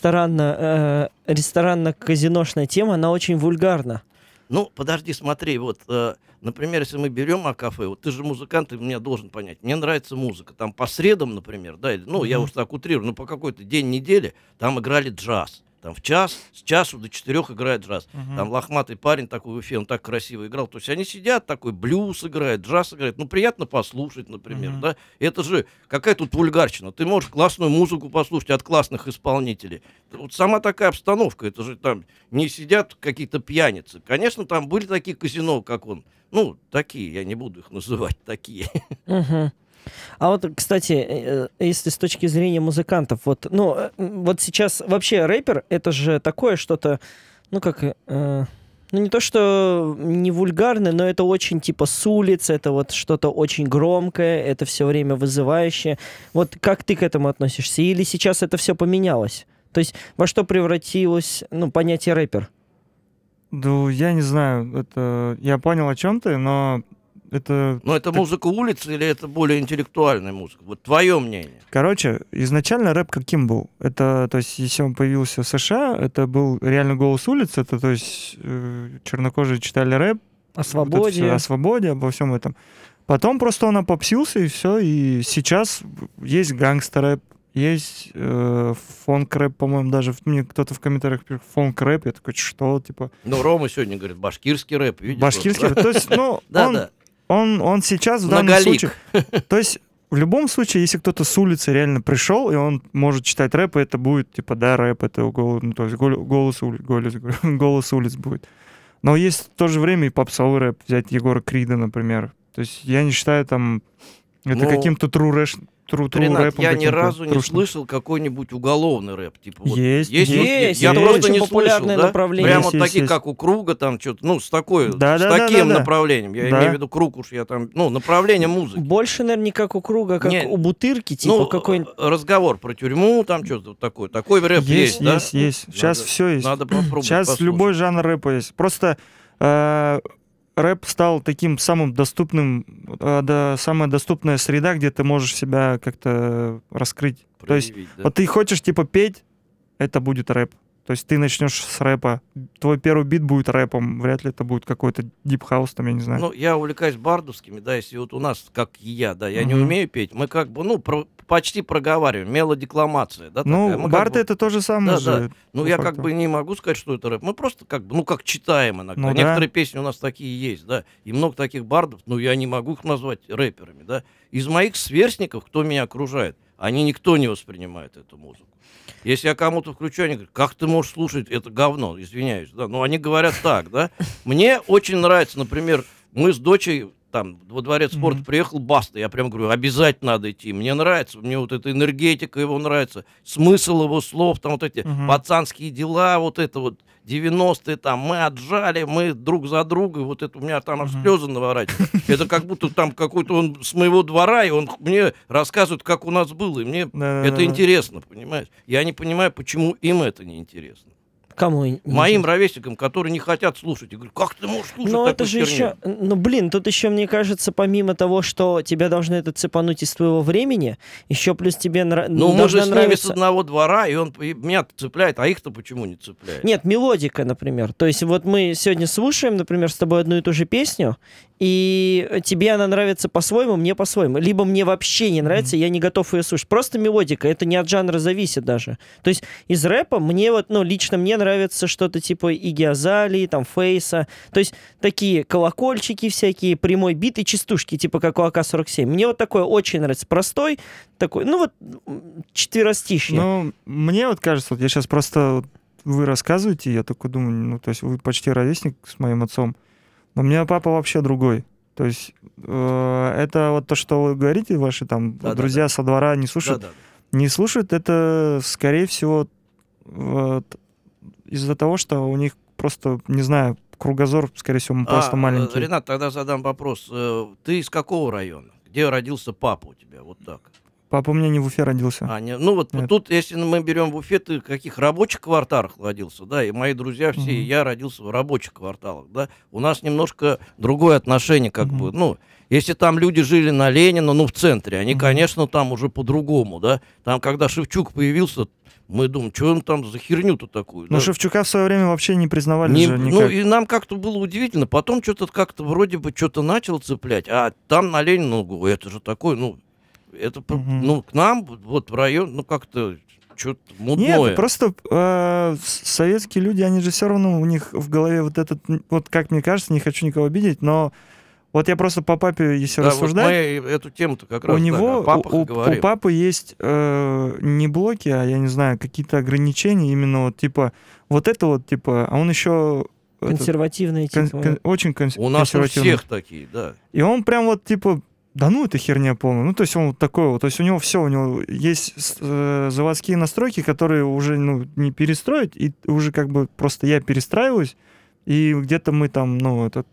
ресторанно-казиношная тема, она очень вульгарна. Ну, подожди, смотри, вот, например, если мы берем А-кафе, вот ты же музыкант, ты меня должен понять, мне нравится музыка, там по средам, например, да, ну, я уж так утрирую, но по какой-то день недели там играли джаз, там с часу до 4 играет джаз, там лохматый парень такой в Уфе, он так красиво играл, то есть они сидят, такой блюз играет, джаз играет, ну, приятно послушать, например, да, это же какая тут вульгарщина, ты можешь классную музыку послушать от классных исполнителей, вот сама такая обстановка, это же там не сидят какие-то пьяницы, конечно, там были такие казино, как он, ну, такие, я не буду их называть, такие. А вот, кстати, если с точки зрения музыкантов, вот, ну, вот сейчас вообще рэпер, это же такое что-то, ну, как, ну, не то, что не вульгарное, но это очень, типа, с улицы, это вот что-то очень громкое, это все время вызывающее. Вот как ты к этому относишься? Или сейчас это все поменялось? То есть во что превратилось, ну, понятие рэпер? Ну, я не знаю, это я понял, о чем ты, но это... Но это музыка улицы или это более интеллектуальная музыка? Вот твое мнение. Короче, изначально рэп каким был? Это, то есть, если он появился в США, это был реально голос улицы, это, то есть, чернокожие читали рэп. О свободе. О свободе, обо всем этом. Потом просто он опопсился, и все, и сейчас есть гангстер-рэп, есть фонк-рэп, по-моему, даже мне кто-то в комментариях пишет фонк-рэп, я такой, что, типа... Ну, Рома сегодня говорит, башкирский рэп, видишь? Башкирский рэп, то есть, ну, он сейчас в данном случае... То есть, в любом случае, если кто-то с улицы реально пришел, и он может читать рэп, это будет, типа, да, рэп, это ну, то есть голос улиц будет. Но есть в то же время и попсовый рэп, взять Егора Крида, например. То есть, я не считаю там это каким-то Ренат, я ни разу не слышал какой-нибудь уголовный рэп. Типа, вот, есть. Я просто не популярное слышал, направление. Прямо вот такие, как у Круга, там что-то, ну, с таким направлением. Я имею в виду Круг уж, я там, ну, направление музыки. Больше, наверное, не как у Круга, как у Бутырки, типа ну, какой-нибудь... разговор про тюрьму, там что-то такое. Такой рэп есть, да? Есть. Сейчас все есть. Надо попробовать. Сейчас любой жанр рэпа есть. Просто... рэп стал таким самым доступным, самая доступная среда, где ты можешь себя как-то раскрыть. Проявить, то есть, вот ты хочешь, типа, петь, это будет рэп. То есть ты начнешь с рэпа, твой первый бит будет рэпом, вряд ли это будет какой-то дип-хаус, там, я не знаю. Ну, я увлекаюсь бардовскими, да, если вот у нас, как и я, да, я не Мгм. умею петь, мы как бы, ну, почти проговариваем, мелодекламация, да, Ну, такая. Мы как барды бы- это то же самое Да, же. да. Ну, по я как факту. бы не могу сказать, что это рэп. Мы просто как бы, ну, как читаем иногда. Ну да. Некоторые песни у нас такие есть, да. И много таких бардов, но я не могу их назвать рэперами, да. Из моих сверстников, кто меня окружает, они никто не воспринимает эту музыку. Если я кому-то включу, они говорят, как ты можешь слушать это говно, извиняюсь, да. Ну, они говорят так, да. Мне очень нравится, например, мы с дочей там во дворец спорта Мгм. приехал Баста, я прям говорю, обязательно надо идти, мне нравится, мне вот эта энергетика его нравится, смысл его слов, там вот эти Мгм. пацанские дела, вот это вот 90-е, там, мы отжали, мы друг за друга, вот это у меня там аж Мгм. слезы наворачиваются. Это как будто там какой-то он с моего двора, и он мне рассказывает, как у нас было, и мне Да-да-да. это интересно, понимаешь? Я не понимаю, почему им это не интересно. Кому? Моим ровесникам, которые не хотят слушать. Я говорю, как ты можешь слушать Ну, такую это же херню? еще... Ну, блин, тут еще, мне кажется, помимо того, что тебя должно это цепануть из твоего времени, еще плюс тебе Ну, мы должна же с ними с нравиться... одного двора, и он и меня цепляет, а их-то почему не цепляет? Нет, мелодика, например. То есть вот мы сегодня слушаем, например, с тобой одну и ту же песню, и тебе она нравится по-своему, мне по-своему. Либо мне вообще не нравится, я не готов ее слушать. Просто мелодика, это не от жанра зависит даже. То есть из рэпа мне вот, ну, лично мне нравится что-то типа Игги Азалии, там, Фейса. То есть такие колокольчики всякие, прямой бит и частушки, типа как у АК-47. Мне вот такое очень нравится. Простой такой, ну вот, четверостишье. Ну, мне вот кажется, вот я сейчас просто... вот вы рассказываете, я такой думаю, ну, то есть вы почти ровесник с моим отцом, но у меня папа вообще другой. То есть это вот то, что вы говорите, ваши там Да-да-да. друзья со двора не слушают. Да-да. Не слушают, это, скорее всего, вот, из-за того, что у них просто, не знаю, кругозор, скорее всего, просто маленький. Ренат, тогда задам вопрос. Ты из какого района? Где родился папа у тебя? Вот так. Папа у меня не в Уфе родился. Ну вот Нет. тут, если мы берем в Уфе, ты в каких рабочих кварталах родился, да, и мои друзья все, и Мгм. я родился в рабочих кварталах, да. У нас немножко другое отношение, как Мгм. бы, ну, если там люди жили на Ленина, ну, в центре, они, Мгм. конечно, там уже по-другому, да. Там, когда Шевчук появился, мы думаем, что он там за херню-то такую, Но да? Шевчука в свое время вообще не признавали Не- же ну, никак. и нам как-то было удивительно. Потом что-то как-то вроде бы что-то начал цеплять, а там на Ленина, ну, говорю, это же такой, ну, это, Мгм. ну, к нам, вот в район, ну, как-то что-то Нет, мудное. просто советские люди, они же все равно, у них в голове вот этот, вот как мне кажется, не хочу никого обидеть, но вот я просто по папе, если Да, вот рассуждать, мы эту тему-то как раз, у него, о папах и у говорим. папы есть не блоки, а я не знаю, какие-то ограничения, именно вот типа, вот это вот типа, а он еще Консервативные, типа... очень У нас у консервативный. всех такие, да. И он прям вот типа, да ну это херня полная. Ну то есть он вот такой вот, то есть у него все, у него есть заводские настройки, которые уже ну не перестроить, и уже как бы просто я перестраиваюсь, и где-то мы там, ну это,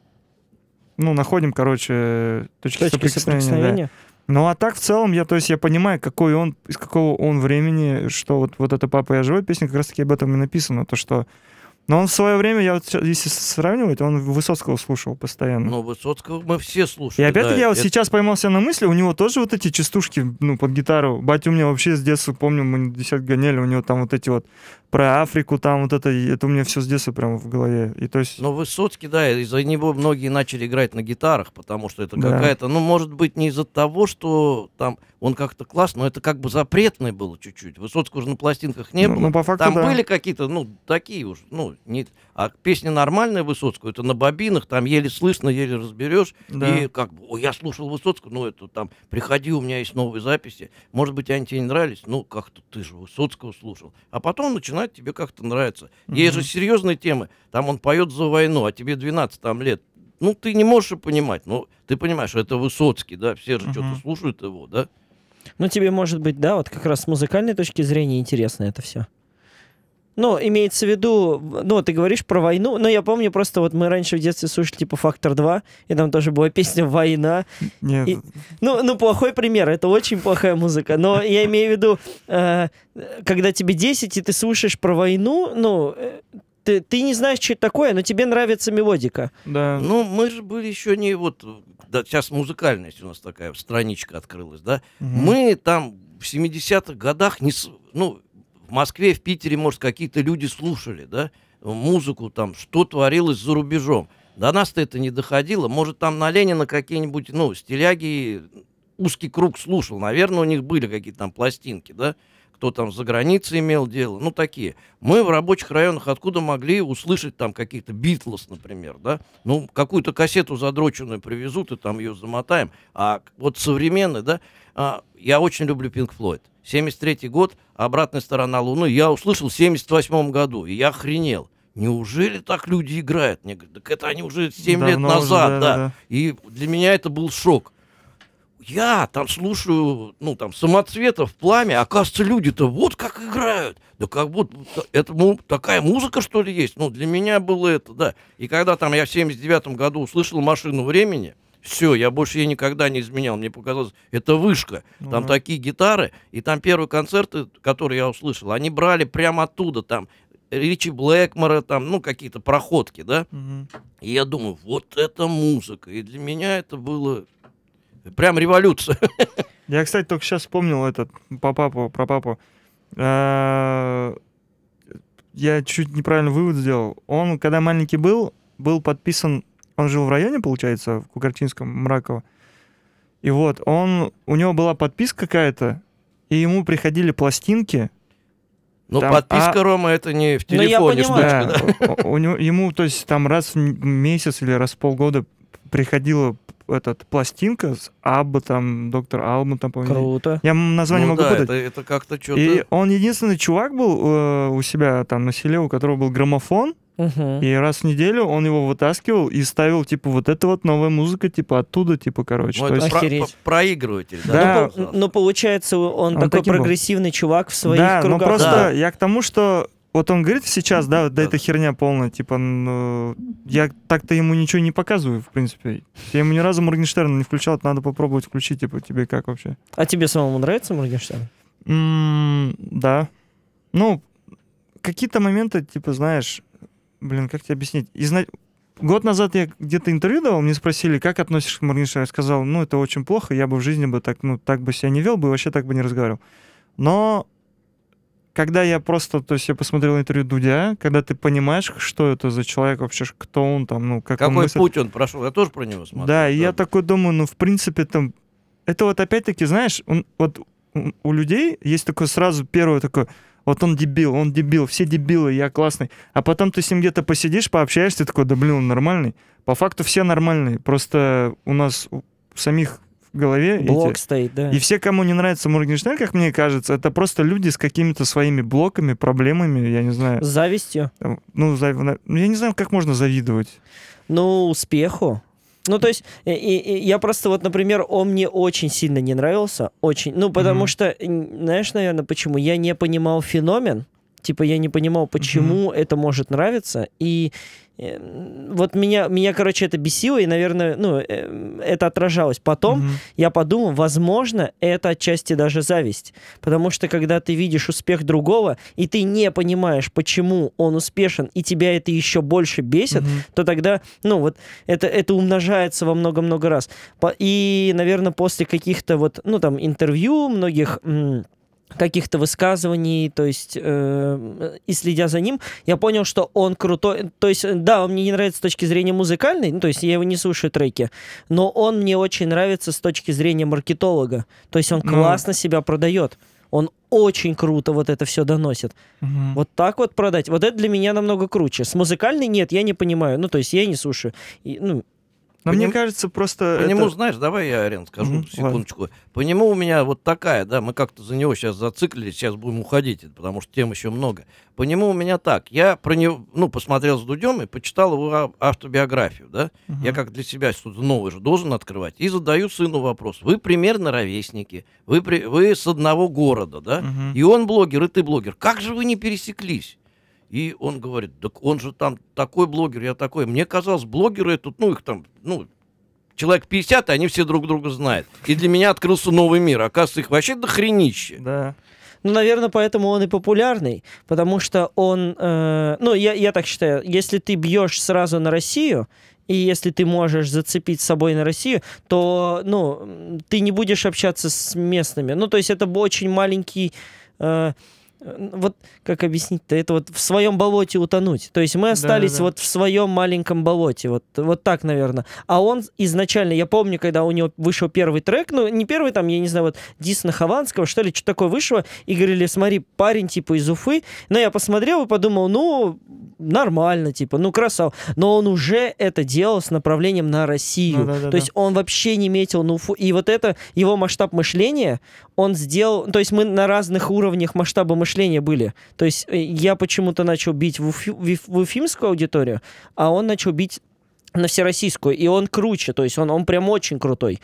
ну находим, короче, точки Точки соприкосновения. Да. соприкосновения. Ну а так в целом я, то есть я понимаю, какой он, из какого он времени, что вот эта «Папа, я живой» песня как раз-таки об этом и написано, то что... Но он в свое время, я вот если сравнивать, он Высоцкого слушал постоянно. Но Высоцкого мы все И слушали. опять-таки да, я вот это- сейчас поймался на мысли, у него тоже вот эти частушки, ну, под гитару. Батя у меня вообще с детства, помню, мы 10 гоняли, у него там вот эти вот про Африку, там вот это у меня все с детства прямо в голове. И то есть... Но Высоцкий, да, из-за него многие начали играть на гитарах, потому что это Да. какая-то, ну, может быть, не из-за того, что там он как-то классно, но это как бы запретное было чуть-чуть. Высоцкого уже на пластинках не было. Ну, по факту, Там да. были какие-то, ну, такие уж, ну, не... А песня нормальная Высоцкого, это на бобинах, там еле слышно, еле разберешь. Да. И как бы, ой, я слушал Высоцкого, ну, это там, приходи, у меня есть новые записи. Может быть, они тебе не нравились, ну, как-то ты же Высоцкого слушал. А потом начинает тебе как-то нравиться. Есть же серьезные темы, там он поет за войну, а тебе 12 там лет. Ну, ты не можешь и понимать, ну, ты понимаешь, что это Высоцкий, да, все же что-то слушают его, да. Ну, тебе, может быть, да, вот как раз с музыкальной точки зрения интересно это все. Ну, имеется в виду, ну, ты говоришь про войну, но я помню просто, вот мы раньше в детстве слушали, типа, «Фактор 2», и там тоже была песня «Война». Нет, И- Ну, плохой пример, это очень плохая музыка, но я имею в виду, когда тебе 10, и ты слушаешь про войну, ну, ты не знаешь, что это такое, но тебе нравится мелодика. да. Ну, мы же были еще не вот, да, сейчас музыкальность у нас такая страничка открылась, да. Мгм. Мы там в 70-х годах, не, ну, в Москве, в Питере, может, какие-то люди слушали, да, музыку там, что творилось за рубежом. До нас-то это не доходило. Может, там на Ленина какие-нибудь, ну, стиляги, узкий круг слушал. Наверное, у них были какие-то там пластинки, да, кто там за границей имел дело, ну, такие. Мы в рабочих районах откуда могли услышать там каких-то Битлз, например, да? Ну, какую-то кассету задроченную привезут, и там ее замотаем. А вот современный, да, я очень люблю Pink Floyd. 73-й год, «Обратная сторона Луны» я услышал в 78-м году, и я охренел. Неужели так люди играют? Мне говорят, так это они уже 7 лет назад, уже, да. И для меня это был шок. Я там слушаю, ну, там, «Самоцветов», «Пламя», оказывается, люди-то вот как играют. Да как будто это такая музыка, что ли, есть? Ну, для меня было это, да. И когда там я в 79-м году услышал «Машину времени», все, я больше ей никогда не изменял. Мне показалось, это вышка. Там такие гитары, и там первые концерты, которые я услышал, они брали прямо оттуда, там, Ричи Блэкмора, там, ну, какие-то проходки, да. И я думаю, вот это музыка. И для меня это было... Прям революция. Я, кстати, только сейчас вспомнил про папу. Я чуть неправильно вывод сделал. Он, когда маленький был подписан... Он жил в районе, получается, в Кукарчинском, Мраково. И вот, у него была подписка какая-то, и ему приходили пластинки. Ну, подписка, Рома, это не в телефоне штучка, да? Ему, то есть, там раз в месяц или раз в полгода приходила пластинка с Абба, там, доктор Алба, там, по-моему. Круто. Я название могу путать. Это как-то что-то... И он единственный чувак был у себя там на селе, у которого был граммофон, и раз в неделю он его вытаскивал и ставил, типа, вот это вот новая музыка, типа, оттуда, типа, короче. Ну, то есть... проигрыватель, да? Да. Ну, получается, он такой прогрессивный чувак в своих кругах. Да, но просто я к тому, что вот он говорит сейчас, да, эта херня полная, типа, я так-то ему ничего не показываю, в принципе. Я ему ни разу Моргенштерна не включал, это надо попробовать включить, типа, тебе как вообще? А тебе самому нравится Моргенштерн? Да. Ну, какие-то моменты, типа, знаешь, как тебе объяснить? Год назад я где-то интервью давал, мне спросили, как относишься к Моргенштерну. Я сказал, это очень плохо, я бы в жизни бы так бы себя не вел бы, вообще так бы не разговаривал. Но когда я просто, то есть я посмотрел интервью Дудя, когда ты понимаешь, что это за человек вообще, кто он там, как какой он путь он прошел, я тоже про него смотрел. Да, и я такой думаю, в принципе, там, это вот опять-таки, знаешь, вот у людей есть такое сразу первое такое, вот он дебил, все дебилы, я классный. А потом ты с ним где-то посидишь, пообщаешься, ты такой, да блин, он нормальный. По факту все нормальные, просто у нас самих в голове блок стоит, да. И все, кому не нравится Моргенштерн, как мне кажется, это просто люди с какими-то своими блоками, проблемами, я не знаю. С завистью? Я не знаю, как можно завидовать. Успеху. Ну, то есть, я просто вот, например, он мне очень сильно не нравился, очень, потому что, знаешь, наверное, почему? Я не понимал феномен, типа, я не понимал, почему это может нравиться, и вот меня, короче, это бесило, и, наверное, это отражалось. Потом я подумал, возможно, это отчасти даже зависть. Потому что, когда ты видишь успех другого, и ты не понимаешь, почему он успешен, и тебя это еще больше бесит, то тогда, это умножается во много-много раз. И, наверное, после каких-то интервью многих... каких-то высказываний, то есть, и следя за ним, я понял, что он крутой. То есть, да, он мне не нравится с точки зрения музыкальной, то есть я его не слушаю треки, но он мне очень нравится с точки зрения маркетолога. То есть он классно себя продает. Он очень круто вот это все доносит. Вот так вот продать. Вот это для меня намного круче. С музыкальной нет, я не понимаю. То есть я не слушаю. Но мне кажется, просто... По нему, знаешь, давай я, Арен, скажу секундочку. Ладно. По нему у меня вот такая, да, мы как-то за него сейчас зациклились, сейчас будем уходить, потому что тем еще много. По нему у меня так. Я про него, посмотрел с Дудем и почитал его автобиографию, да. Я как для себя что-то новое же должен открывать. И задаю сыну вопрос. Вы примерно ровесники, вы с одного города, да. И он блогер, и ты блогер. Как же вы не пересеклись? И он говорит, так он же там такой блогер, я такой. Мне казалось, блогеры тут, их там, человек 50, и они все друг друга знают. И для меня открылся новый мир. Оказывается, их вообще дохренище. Да. Наверное, поэтому он и популярный, потому что он, я так считаю, если ты бьешь сразу на Россию, и если ты можешь зацепить с собой на Россию, то, ты не будешь общаться с местными. То есть это очень маленький... вот как объяснить-то, это вот в своем болоте утонуть. То есть мы остались Да-да-да. вот в своем маленьком болоте, вот так, наверное. А он изначально, я помню, когда у него вышел первый трек, ну, не первый, там, я не знаю, вот дис на Хованского, что ли, что такое вышло, и говорили, смотри, парень, типа, из Уфы. Но я посмотрел и подумал, ну, нормально, типа, ну, красава. Но он уже это делал с направлением на Россию. Ну, да-да-да. То есть он вообще не метил на Уфу. И вот это, его масштаб мышления, он сделал... То есть мы на разных уровнях масштаба мышления были. То есть я почему-то начал бить в уфимскую аудиторию, а он начал бить на всероссийскую. И он круче, то есть он прям очень крутой.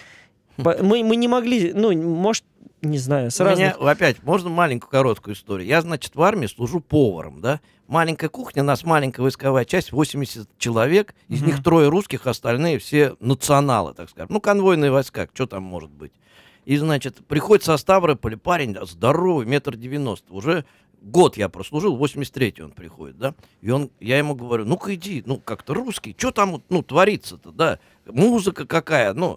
Мы не могли... Ну, может, не знаю, с У меня, разных... опять, можно маленькую короткую историю? Я, значит, в армии служу поваром, да? Маленькая кухня, у нас маленькая войсковая часть, 80 человек, из них 3 русских, остальные все националы, так скажем. Ну, конвойные войска, что там может быть? И, значит, приходит со Ставрополя парень, да, здоровый, 1,90 м, уже год я прослужил, 83-й он приходит, да? И я ему говорю, ну-ка иди, ну, как-то русский, что там, ну, творится-то, да? Музыка какая, ну...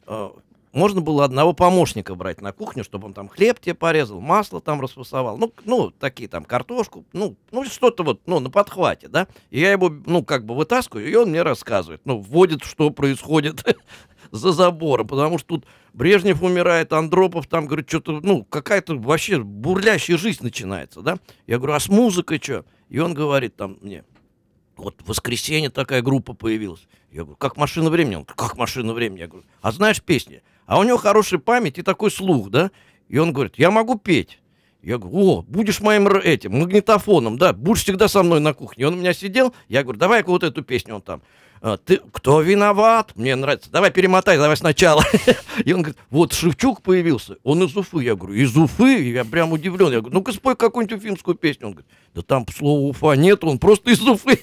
Можно было одного помощника брать на кухню, чтобы он там хлеб тебе порезал, масло там расфасовал, ну, такие там, картошку, ну, что-то вот, ну, на подхвате, да. И я его, ну, как бы вытаскиваю, и он мне рассказывает, ну, вводит, что происходит за забором, потому что тут Брежнев умирает, Андропов там, говорит, что-то, ну, какая-то вообще бурлящая жизнь начинается, да. Я говорю, а с музыкой что? И он говорит там мне, вот в воскресенье такая группа появилась. Я говорю, как «Машина времени»? Он говорит, как «Машина времени»? Я говорю, а знаешь песни? А у него хорошая память и такой слух, да? И он говорит, я могу петь. Я говорю, о, будешь моим этим магнитофоном, да, будешь всегда со мной на кухне. Он у меня сидел, я говорю, давай-ка вот эту песню, он там, ты, кто виноват? Мне нравится, давай перемотай, давай сначала. И он говорит, вот Шевчук появился, он из Уфы. Я говорю, из Уфы? Я прям удивлен. Я говорю, ну-ка спой какую-нибудь уфимскую песню. Он говорит, да там слова Уфа нет, он просто из Уфы.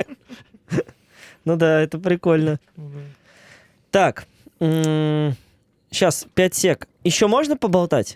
Ну да, это прикольно. Так, сейчас, 5 сек. Еще можно поболтать?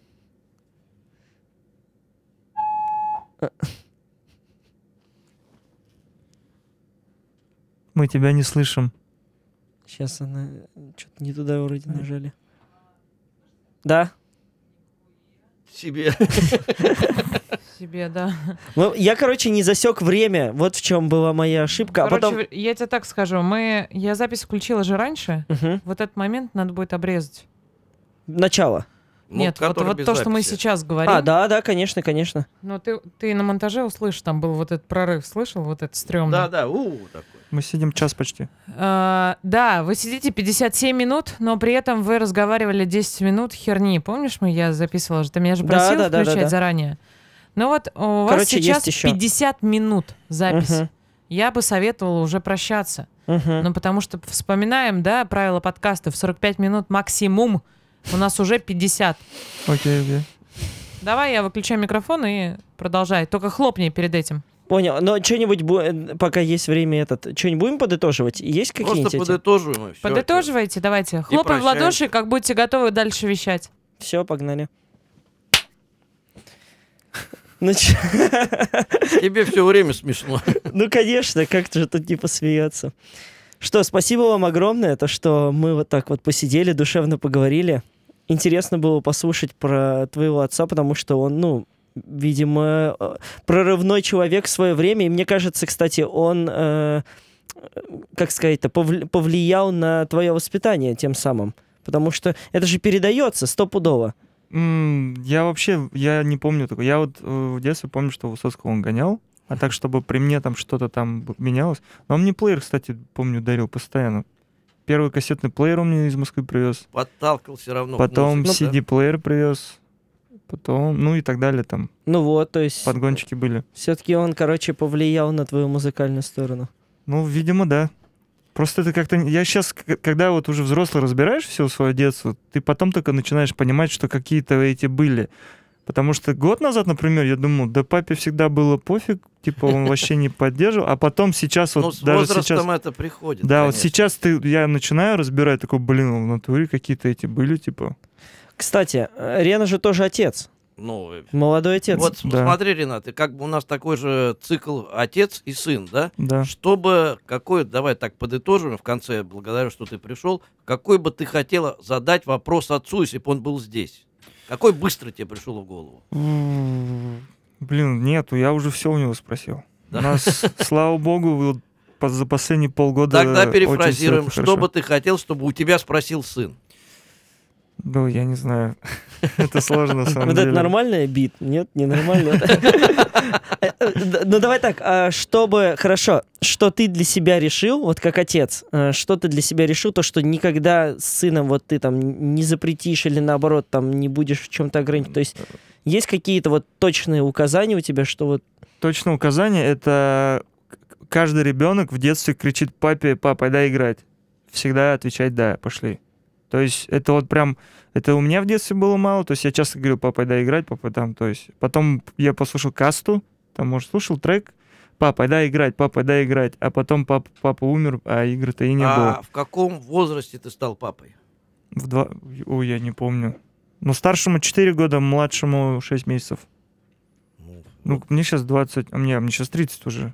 Мы тебя не слышим. Сейчас она... Что-то не туда вроде нажали. Да? Себе. Себе, да. Ну, я, короче, не засек время. Вот в чем была моя ошибка. Короче, А потом... я тебе так скажу. Я запись включила же раньше. Мгм. Вот этот момент надо будет обрезать. Начало. Ну, Нет, вот который без то, что мы записи. сейчас говорим. А, да, конечно, конечно. Но ты на монтаже услышишь, там был вот этот прорыв, слышал? Вот этот стрёмный. Да, такой. Мы сидим час почти. Да, вы сидите 57 минут, но при этом вы разговаривали 10 минут херни. Помнишь, я записывала же? Ты меня же Да, просил да, включать да. заранее. Ну вот у вас Короче, сейчас есть ещё. 50 минут запись. Мгм. Я бы советовала уже прощаться. Мгм. Ну, потому что вспоминаем, да, правила подкаста, в 45 минут максимум. У нас уже 50. Окей. Давай я выключаю микрофон и продолжай. Только хлопни перед этим. Понял. Но что-нибудь, пока есть время что-нибудь будем подытоживать? Есть какие-нибудь Просто эти? подытоживаем. и всё. Подытоживайте, давайте. Хлопаем в ладоши, прощаемся. как будете готовы дальше вещать. Все, погнали. Тебе все время смешно. Ну, конечно, как-то же тут не посмеяться. Что, спасибо вам огромное, то, что мы вот так вот посидели, душевно поговорили. Интересно было послушать про твоего отца, потому что он, ну, видимо, прорывной человек в свое время. И мне кажется, кстати, он, как сказать-то, повлиял на твое воспитание тем самым. Потому что это же передается стопудово. Я не помню такого. Я вот в детстве помню, что Высоцкого он гонял, а так, чтобы при мне там что-то там менялось. Но он мне плеер, кстати, помню, дарил постоянно. Первый кассетный плеер он мне из Москвы привез. Подталкивал все равно. к Потом музыке, да? CD-плеер привез. Потом, ну и так далее там. Ну вот, то есть Подгончики были. все-таки он, короче, повлиял на твою музыкальную сторону. Ну, видимо, да. Просто это как-то... Я сейчас, когда вот уже взрослый разбираешь все свое детство, ты потом только начинаешь понимать, что какие-то эти были. Потому что год назад, например, я думал, да папе всегда было пофиг, типа он вообще не поддерживал, а потом сейчас Ну, вот с даже возрастом сейчас... это приходит. Да, вот конечно. сейчас я начинаю разбирать, такой, блин, в натуре какие-то эти были, типа... Кстати, Рена же тоже отец. Ну, Молодой отец. вот Да. смотри, Ренат, и как бы у нас такой же цикл отец и сын, да? Да. Чтобы давай так подытожим в конце, благодарю, что ты пришел, какой бы ты хотела задать вопрос отцу, если бы он был здесь? Какой быстро тебе пришел в голову? Блин, нету, я уже все у него спросил. Да. У нас, слава богу, вот за последние полгода Тогда очень перефразируем. всё Что хорошо. бы ты хотел, чтобы у тебя спросил сын? Ну, я не знаю. Это сложно, на самом Вот деле. это нормальный бит? Нет, не нормально. Ну давай так, хорошо, что ты для себя решил, вот как отец, что ты для себя решил, то, что никогда с сыном вот ты там не запретишь или наоборот там не будешь в чем-то ограничивать. То есть есть какие-то вот точные указания у тебя, что вот... Точное указание — это каждый ребенок в детстве кричит папе: папа, дай играть. Всегда отвечать: да, пошли. То есть это вот прям... Это у меня в детстве было мало, то есть я часто говорил: папа, дай играть, папа там, то есть... Потом я послушал Касту, там, может, слушал трек: папа, дай играть, а потом папа умер, а игр-то и не было. В каком возрасте ты стал папой? Ой, я не помню. Ну, старшему 4 года, младшему 6 месяцев. Ну, мне сейчас 20, мне сейчас 30 уже.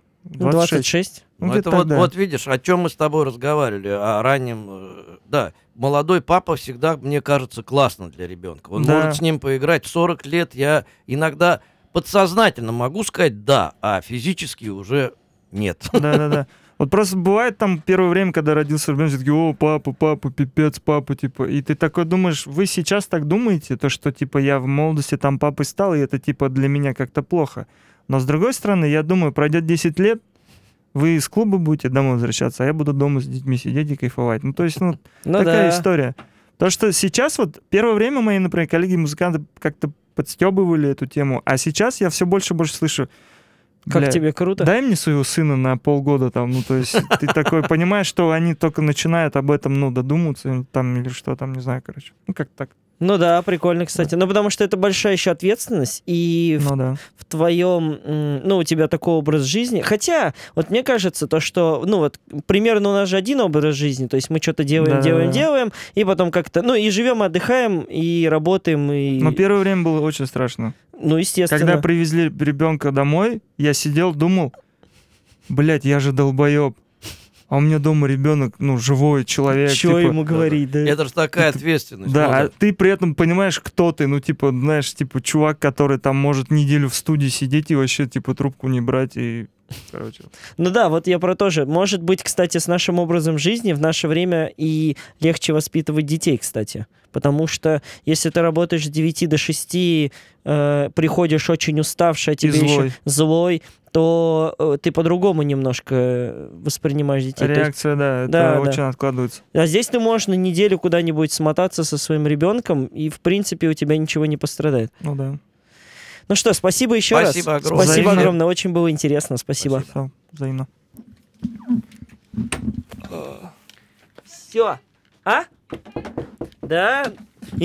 26? Ну, Ну, где-то это так, да. вот видишь, о чем мы с тобой разговаривали, о раннем... Да, молодой папа всегда, мне кажется, классно для ребенка. Он Да. может с ним поиграть. В 40 лет я иногда подсознательно могу сказать «да», а физически уже нет. Да-да-да. Вот просто бывает там первое время, когда родился ребенок, все такие: о, папа, пипец, папа, типа. И ты такой думаешь, вы сейчас так думаете, то, что, типа, я в молодости там папой стал, и это, типа, для меня как-то плохо. Но, с другой стороны, я думаю, пройдет 10 лет, вы из клуба будете домой возвращаться, а я буду дома с детьми сидеть и кайфовать. Ну, то есть, Ну такая да. история. То, что сейчас вот, первое время мои, например, коллеги-музыканты как-то подстебывали эту тему, а сейчас я все больше и больше слышу: Как бля, тебе круто? дай мне своего сына на полгода там, ну, то есть ты такой понимаешь, что они только начинают об этом, ну, додумываться там или что там, не знаю, короче. Ну, как так. Ну да, прикольно, кстати. Ну потому что это большая еще ответственность, и Ну, да. в твоем, ну, у тебя такой образ жизни. Хотя, вот мне кажется, то, что, ну, вот, примерно у нас же один образ жизни, то есть мы что-то делаем, Да-да-да. делаем, и потом как-то, ну, и живем, отдыхаем, и работаем, и... Но первое время было очень страшно. Ну, естественно. Когда привезли ребенка домой, я сидел, думал: блядь, я же долбоеб. А у меня дома ребенок, ну, живой человек. Чё типа, ему говорить, да? Это же такая ответственность. Да, Ну а ты при этом понимаешь, кто ты. Ну, типа, знаешь, типа, чувак, который там может неделю в студии сидеть и вообще, типа, трубку не брать и... Короче. Ну да, вот я про то же. Может быть, кстати, с нашим образом жизни в наше время и легче воспитывать детей, кстати. Потому что если ты работаешь с 9 до 6, приходишь очень уставший, а тебе злой. еще злой, то ты по-другому немножко воспринимаешь детей. То есть, Реакция, да, это да, очень да. откладывается. а здесь ты можешь на неделю куда-нибудь смотаться со своим ребенком, и, в принципе, у тебя ничего не пострадает. Ну да. Ну что, спасибо еще Спасибо раз. огромное. Спасибо Взаимно. огромное, очень было интересно. Спасибо. Всё, взаимно. Все. А? Да,